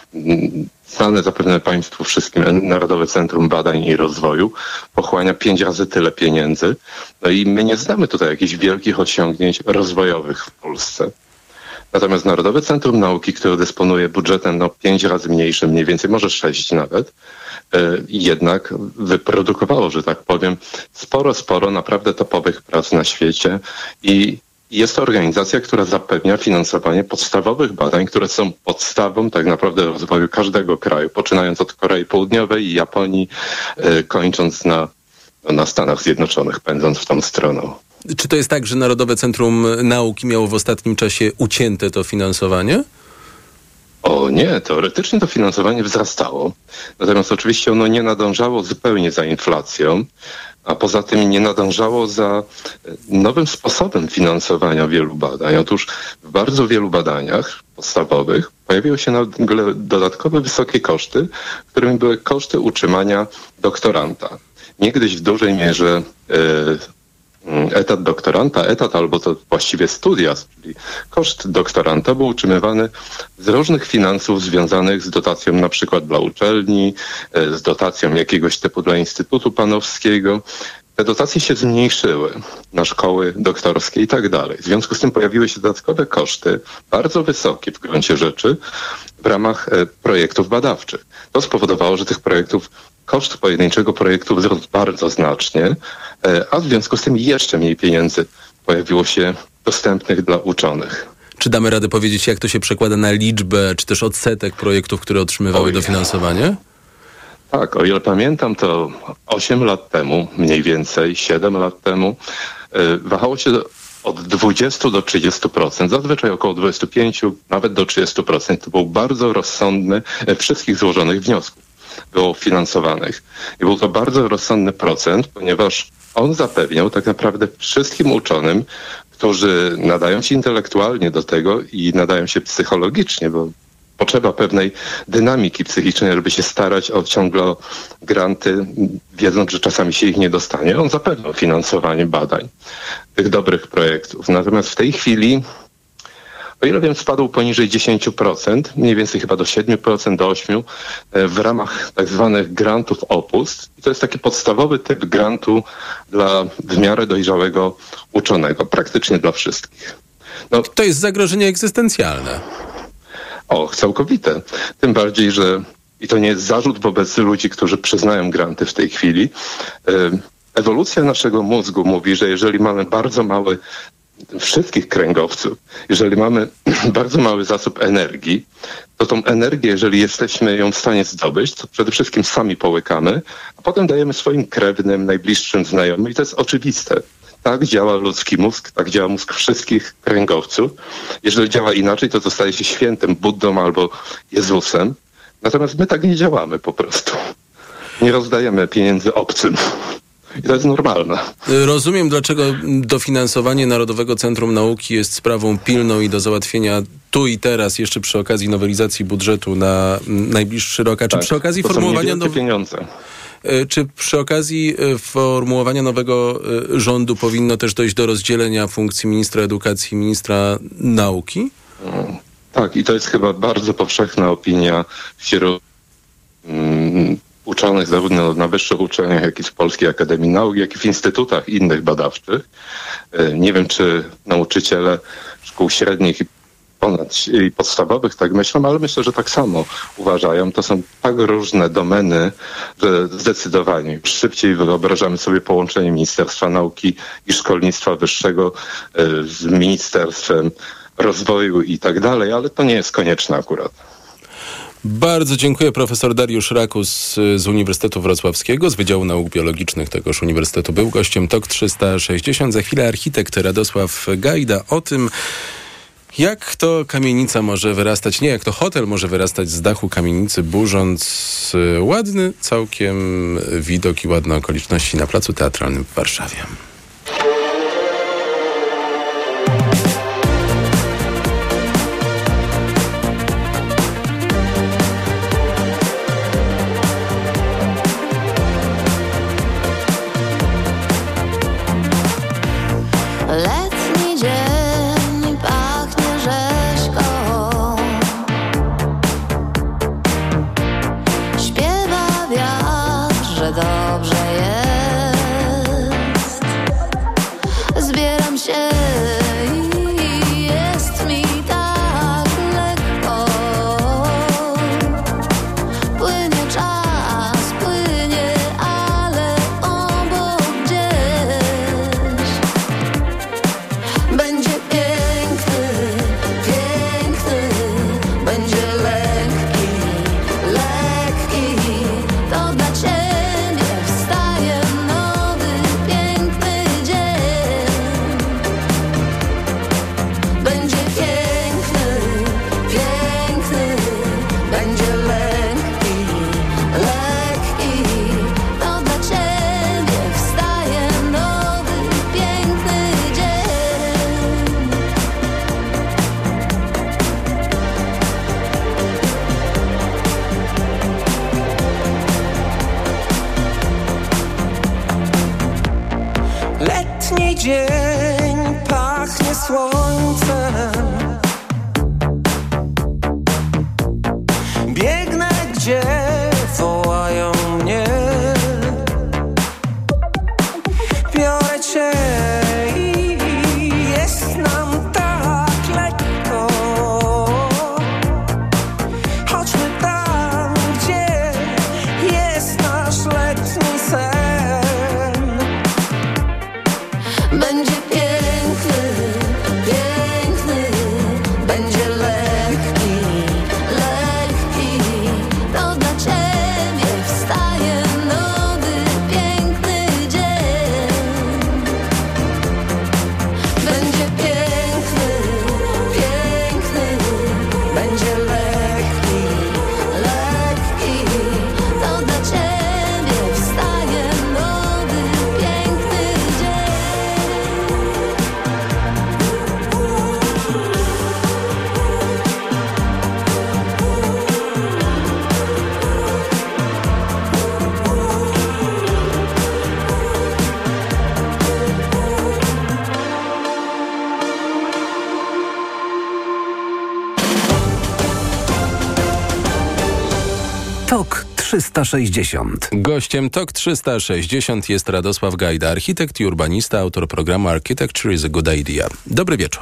Znane zapewne Państwu wszystkim Narodowe Centrum Badań i Rozwoju pochłania 5 razy tyle pieniędzy. No i my nie znamy tutaj jakichś wielkich osiągnięć rozwojowych w Polsce. Natomiast Narodowe Centrum Nauki, które dysponuje budżetem 5 razy mniejszym, mniej więcej, może 6 nawet, jednak wyprodukowało, że tak powiem, sporo naprawdę topowych prac na świecie i jest to organizacja, która zapewnia finansowanie podstawowych badań, które są podstawą tak naprawdę rozwoju każdego kraju, poczynając od Korei Południowej i Japonii, kończąc na Stanach Zjednoczonych, pędząc w tą stroną. Czy to jest tak, że Narodowe Centrum Nauki miało w ostatnim czasie ucięte to finansowanie? O nie, teoretycznie to finansowanie wzrastało. Natomiast oczywiście ono nie nadążało zupełnie za inflacją, a poza tym nie nadążało za nowym sposobem finansowania wielu badań. Otóż w bardzo wielu badaniach podstawowych pojawiły się nagle dodatkowe wysokie koszty, którymi były koszty utrzymania doktoranta. Niegdyś w dużej mierze etat doktoranta, albo to właściwie studia, czyli koszt doktoranta był utrzymywany z różnych finansów związanych z dotacją na przykład dla uczelni, z dotacją jakiegoś typu dla Instytutu Panowskiego. Te dotacje się zmniejszyły na szkoły doktorskie i tak dalej. W związku z tym pojawiły się dodatkowe koszty, bardzo wysokie w gruncie rzeczy, w ramach projektów badawczych. To spowodowało, że tych projektów, koszt pojedynczego projektu wzrósł bardzo znacznie, a w związku z tym jeszcze mniej pieniędzy pojawiło się dostępnych dla uczonych. Czy damy radę powiedzieć, jak to się przekłada na liczbę, czy też odsetek projektów, które otrzymywały dofinansowanie? Tak, o ile pamiętam, to 8 lat temu, mniej więcej 7 lat temu, wahało się od 20 do 30%, zazwyczaj około 25, nawet do 30%. To był bardzo rozsądny wszystkich złożonych wniosków było finansowanych. I był to bardzo rozsądny procent, ponieważ on zapewniał tak naprawdę wszystkim uczonym, którzy nadają się intelektualnie do tego i nadają się psychologicznie, bo potrzeba pewnej dynamiki psychicznej, żeby się starać ciągle o granty, wiedząc, że czasami się ich nie dostanie. On zapewniał finansowanie badań, tych dobrych projektów. Natomiast w tej chwili, o ile wiem, spadł poniżej 10%, mniej więcej chyba do 7%, do 8% w ramach tak zwanych grantów opust. I to jest taki podstawowy typ grantu dla w miarę dojrzałego uczonego, praktycznie dla wszystkich. No, to jest zagrożenie egzystencjalne. Całkowite. Tym bardziej, że i to nie jest zarzut wobec ludzi, którzy przyznają granty w tej chwili. Ewolucja naszego mózgu mówi, że jeżeli mamy bardzo mały, wszystkich kręgowców, jeżeli mamy bardzo mały zasób energii, to tą energię, jeżeli jesteśmy ją w stanie zdobyć, to przede wszystkim sami połykamy, a potem dajemy swoim krewnym, najbliższym znajomym i to jest oczywiste. Tak działa ludzki mózg, tak działa mózg wszystkich kręgowców. Jeżeli działa inaczej, to zostaje się świętym, Buddą albo Jezusem. Natomiast my tak nie działamy po prostu. Nie rozdajemy pieniędzy obcym. I to jest normalne. Rozumiem, dlaczego dofinansowanie Narodowego Centrum Nauki jest sprawą pilną i do załatwienia tu i teraz, jeszcze przy okazji nowelizacji budżetu na najbliższy rok. A czy przy okazji formułowania pieniądze? Czy przy okazji formułowania nowego rządu powinno też dojść do rozdzielenia funkcji ministra edukacji i ministra nauki? Tak, i to jest chyba bardzo powszechna opinia wśród uczonych zarówno na wyższych uczelniach, jak i w Polskiej Akademii Nauk, jak i w instytutach innych badawczych. Nie wiem, czy nauczyciele szkół średnich i podstawowych tak myślą, ale myślę, że tak samo uważają. To są tak różne domeny, że zdecydowanie szybciej wyobrażamy sobie połączenie Ministerstwa Nauki i Szkolnictwa Wyższego z Ministerstwem Rozwoju i tak dalej, ale to nie jest konieczne akurat. Bardzo dziękuję. Profesor Dariusz Rakus z Uniwersytetu Wrocławskiego, z Wydziału Nauk Biologicznych tegoż Uniwersytetu był gościem TOK 360. Za chwilę architekt Radosław Gajda o tym, jak to kamienica może wyrastać, nie jak to hotel może wyrastać z dachu kamienicy, burząc ładny całkiem widok i ładne okoliczności na Placu Teatralnym w Warszawie. Dobrze jest. dzień pachnie słońcem. Biegnę, gdzie wołają mnie. Biorę cię i jest nam tak lekko. Chodźmy tam, gdzie jest nasz letni sen. Będzie piękny, piękny, będzie lekki, lekki. To dla ciebie wstaje nowy, piękny dzień. Będzie piękny, piękny, będzie lekki, lekki. To dla ciebie wstaje nowy, piękny dzień. TOK 360. Gościem TOK 360 jest Radosław Gajda, architekt i urbanista, autor programu Architecture is a Good Idea. Dobry wieczór.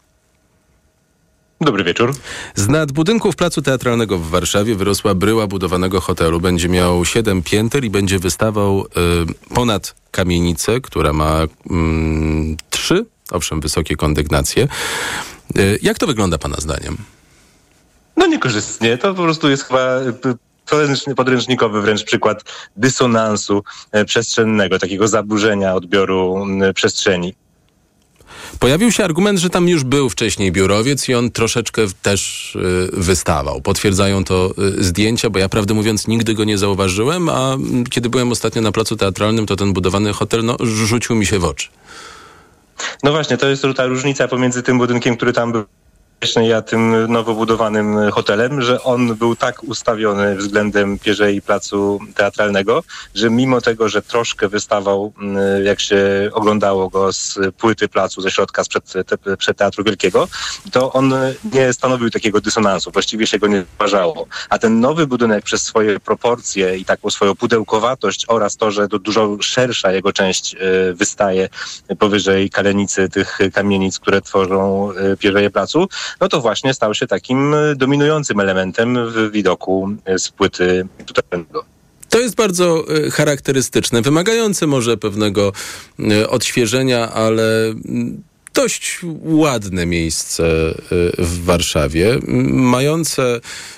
Dobry wieczór. Z nad budynków Placu Teatralnego w Warszawie wyrosła bryła budowanego hotelu. Będzie miał 7 pięter i będzie wystawał ponad kamienicę, która ma 3, owszem, wysokie kondygnacje. Jak to wygląda pana zdaniem? No niekorzystnie. To po prostu jest chyba podręcznikowy wręcz przykład dysonansu przestrzennego, takiego zaburzenia odbioru przestrzeni. Pojawił się argument, że tam już był wcześniej biurowiec i on troszeczkę też wystawał. Potwierdzają to zdjęcia, bo ja prawdę mówiąc nigdy go nie zauważyłem, a kiedy byłem ostatnio na Placu Teatralnym, to ten budowany hotel rzucił mi się w oczy. No właśnie, to jest ta różnica pomiędzy tym budynkiem, który tam był a tym nowo budowanym hotelem, że on był tak ustawiony względem Pierzei Placu Teatralnego, że mimo tego, że troszkę wystawał, jak się oglądało go z płyty placu, ze środka, sprzed Teatru Wielkiego, to on nie stanowił takiego dysonansu, właściwie się go nie zauważało. A ten nowy budynek przez swoje proporcje i taką swoją pudełkowatość oraz to, że dużo szersza jego część wystaje powyżej kalenicy tych kamienic, które tworzą Pierzeję Placu, no to właśnie stał się takim dominującym elementem w widoku z płyty teatralnego. To jest bardzo charakterystyczne, wymagające może pewnego odświeżenia, ale dość ładne miejsce w Warszawie, mające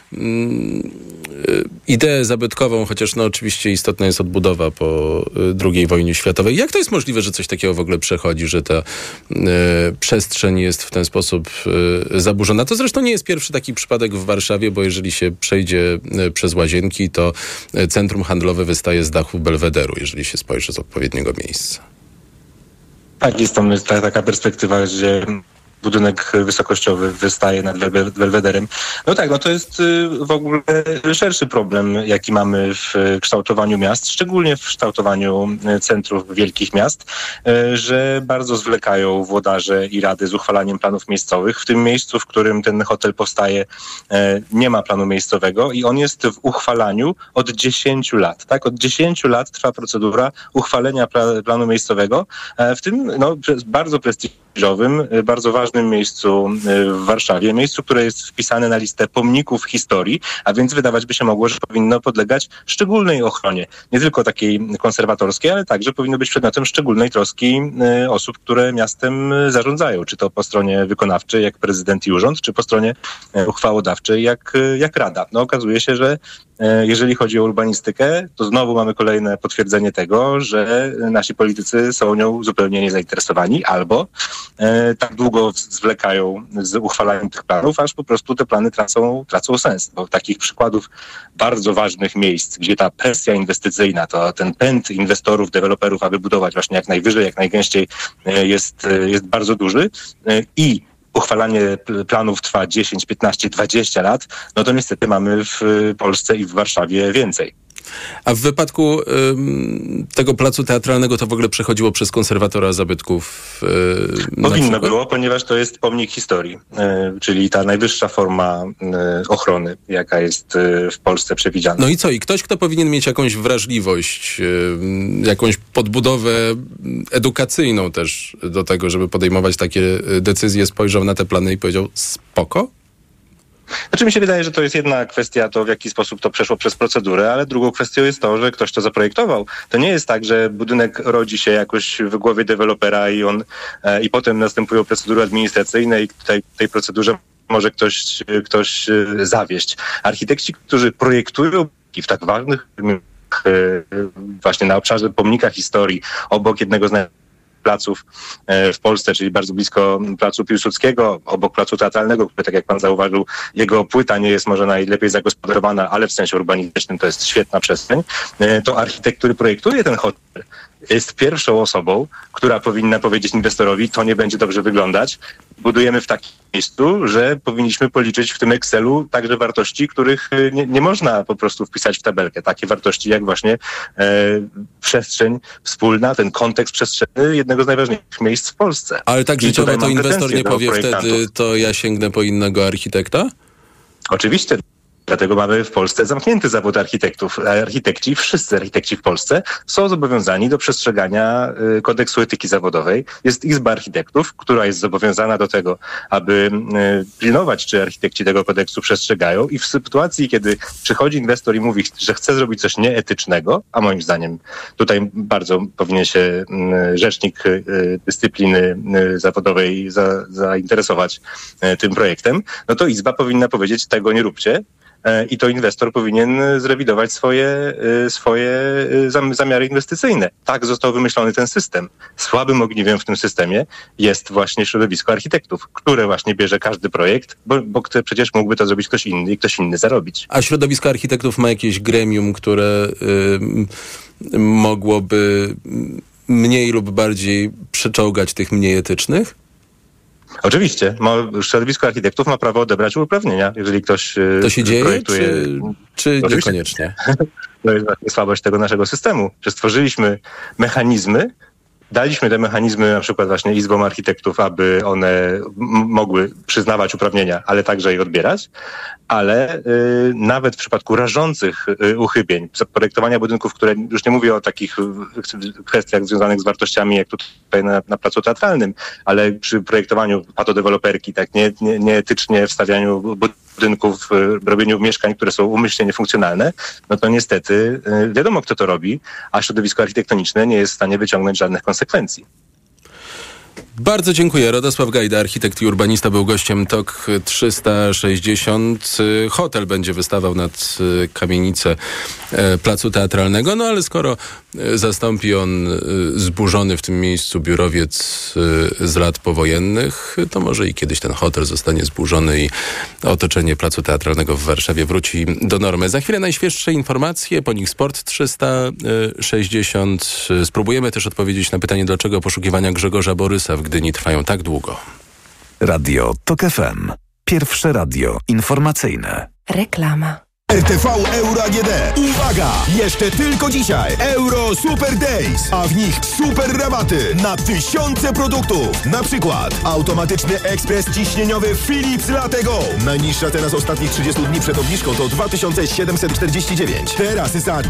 ideę zabytkową, chociaż no oczywiście istotna jest odbudowa po II wojnie światowej. Jak to jest możliwe, że coś takiego w ogóle przechodzi, że ta przestrzeń jest w ten sposób zaburzona? To zresztą nie jest pierwszy taki przypadek w Warszawie, bo jeżeli się przejdzie przez Łazienki, to centrum handlowe wystaje z dachu Belwederu, jeżeli się spojrzy z odpowiedniego miejsca. Tak, jest tam taka perspektywa, gdzie budynek wysokościowy wystaje nad Belwederem. No tak, no to jest w ogóle szerszy problem, jaki mamy w kształtowaniu miast, szczególnie w kształtowaniu centrów wielkich miast, że bardzo zwlekają włodarze i rady z uchwalaniem planów miejscowych. W tym miejscu, w którym ten hotel powstaje, nie ma planu miejscowego i on jest w uchwalaniu od 10 lat. Tak? Od 10 lat trwa procedura uchwalenia planu miejscowego, w tym bardzo prestiżowym, bardzo ważnym miejscu w Warszawie, miejscu, które jest wpisane na listę pomników historii, a więc wydawać by się mogło, że powinno podlegać szczególnej ochronie. Nie tylko takiej konserwatorskiej, ale także powinno być przedmiotem szczególnej troski osób, które miastem zarządzają, czy to po stronie wykonawczej, jak prezydent i urząd, czy po stronie uchwałodawczej, jak rada. No okazuje się, że jeżeli chodzi o urbanistykę, to znowu mamy kolejne potwierdzenie tego, że nasi politycy są nią zupełnie niezainteresowani albo tak długo zwlekają z uchwalaniem tych planów, aż po prostu te plany tracą sens. Bo takich przykładów bardzo ważnych miejsc, gdzie ta presja inwestycyjna, to ten pęd inwestorów, deweloperów, aby budować właśnie jak najwyżej, jak najgęściej jest bardzo duży i uchwalanie planów trwa 10, 15, 20 lat, no to niestety mamy w Polsce i w Warszawie więcej. A w wypadku tego placu teatralnego to w ogóle przechodziło przez konserwatora zabytków? Powinno było, ponieważ to jest pomnik historii, czyli ta najwyższa forma ochrony, jaka jest w Polsce przewidziana. No i co? I ktoś, kto powinien mieć jakąś wrażliwość, jakąś podbudowę edukacyjną też do tego, żeby podejmować takie decyzje, spojrzał na te plany i powiedział spoko? Znaczy mi się wydaje, że to jest jedna kwestia, to w jaki sposób to przeszło przez procedurę, ale drugą kwestią jest to, że ktoś to zaprojektował. To nie jest tak, że budynek rodzi się jakoś w głowie dewelopera i potem następują procedury administracyjne i w tej procedurze może ktoś zawieść. Architekci, którzy projektują w tak ważnych właśnie na obszarze pomnika historii, obok jednego z placów w Polsce, czyli bardzo blisko placu Piłsudskiego, obok placu teatralnego, który, tak jak pan zauważył, jego płyta nie jest może najlepiej zagospodarowana, ale w sensie urbanistycznym to jest świetna przestrzeń, to architekt, który projektuje ten hotel, jest pierwszą osobą, która powinna powiedzieć inwestorowi, to nie będzie dobrze wyglądać. Budujemy w takim miejscu, że powinniśmy policzyć w tym Excelu także wartości, których nie można po prostu wpisać w tabelkę. Takie wartości jak właśnie przestrzeń wspólna, ten kontekst przestrzenny jednego z najważniejszych miejsc w Polsce. Ale tak życiowo to inwestor nie powie wtedy, to ja sięgnę po innego architekta? Oczywiście. Dlatego mamy w Polsce zamknięty zawód architektów. Architekci, wszyscy architekci w Polsce są zobowiązani do przestrzegania kodeksu etyki zawodowej. Jest Izba Architektów, która jest zobowiązana do tego, aby pilnować, czy architekci tego kodeksu przestrzegają i w sytuacji, kiedy przychodzi inwestor i mówi, że chce zrobić coś nieetycznego, a moim zdaniem tutaj bardzo powinien się rzecznik dyscypliny zawodowej zainteresować tym projektem, no to Izba powinna powiedzieć, tego nie róbcie. I to inwestor powinien zrewidować swoje zamiary inwestycyjne. Tak został wymyślony ten system. Słabym ogniwem w tym systemie jest właśnie środowisko architektów, które właśnie bierze każdy projekt, bo przecież mógłby to zrobić ktoś inny i ktoś inny zarobić. A środowisko architektów ma jakieś gremium, które mogłoby mniej lub bardziej przeczołgać tych mniej etycznych? Oczywiście. Środowisko architektów ma prawo odebrać uprawnienia, jeżeli ktoś to się dzieje, projektuje. Czy niekoniecznie? To jest właśnie słabość tego naszego systemu, że stworzyliśmy mechanizmy, daliśmy te mechanizmy na przykład właśnie Izbom Architektów, aby one mogły przyznawać uprawnienia, ale także je odbierać, ale nawet w przypadku rażących uchybień, projektowania budynków, które już nie mówię o takich kwestiach związanych z wartościami, jak tutaj na placu teatralnym, ale przy projektowaniu patodeweloperki, tak nieetycznie wstawianiu budynków, robieniu mieszkań, które są umyślnie niefunkcjonalne, no to niestety wiadomo, kto to robi, a środowisko architektoniczne nie jest w stanie wyciągnąć żadnych konsekwencji. Bardzo dziękuję. Radosław Gajda, architekt i urbanista, był gościem TOK 360. Hotel będzie wystawał nad kamienicę placu teatralnego, no ale skoro zastąpi on zburzony w tym miejscu biurowiec z lat powojennych, to może i kiedyś ten hotel zostanie zburzony i otoczenie placu teatralnego w Warszawie wróci do normy. Za chwilę najświeższe informacje, po nich Sport 360. Spróbujemy też odpowiedzieć na pytanie, dlaczego poszukiwania Grzegorza Borysa w Gdyni trwają tak długo. Radio TOK FM. Pierwsze radio informacyjne. Reklama. RTV Euro AGD. Uwaga! Jeszcze tylko dzisiaj Euro Super Days, a w nich super rabaty na tysiące produktów. Na przykład automatyczny ekspres ciśnieniowy Philips Latte Go. Najniższa teraz ostatnich 30 dni przed obniżką to 2749. Teraz za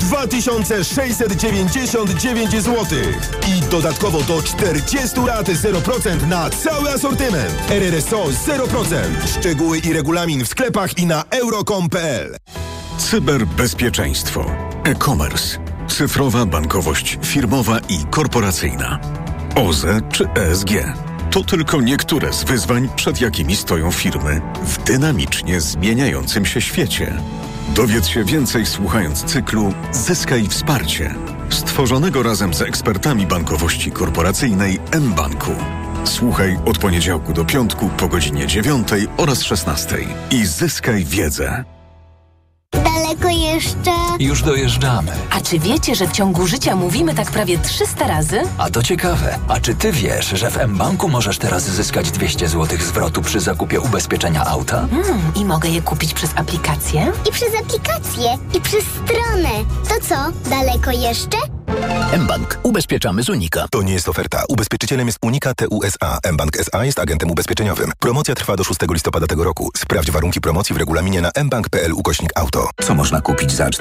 2699 zł. I dodatkowo do 40 lat 0% na cały asortyment. RRSO 0%. Szczegóły i regulamin w sklepach i na euro.com.pl. Cyberbezpieczeństwo, e-commerce, cyfrowa bankowość firmowa i korporacyjna, OZE czy ESG. To tylko niektóre z wyzwań, przed jakimi stoją firmy w dynamicznie zmieniającym się świecie. Dowiedz się więcej słuchając cyklu Zyskaj wsparcie, stworzonego razem z ekspertami bankowości korporacyjnej mBanku. Słuchaj od poniedziałku do piątku po godzinie 9 oraz 16 i zyskaj wiedzę. Daleko jeszcze? Już dojeżdżamy. A czy wiecie, że w ciągu życia mówimy tak prawie 300 razy? A to ciekawe. A czy ty wiesz, że w mBanku możesz teraz zyskać 200 zł zwrotu przy zakupie ubezpieczenia auta? I mogę je kupić przez aplikację? I przez aplikację, i przez stronę. To co, daleko jeszcze? mBank. Ubezpieczamy z Unika. To nie jest oferta. Ubezpieczycielem jest Unika TUSA. mBank SA jest agentem ubezpieczeniowym. Promocja trwa do 6 listopada tego roku. Sprawdź warunki promocji w regulaminie na mbank.pl/auto. Co można kupić za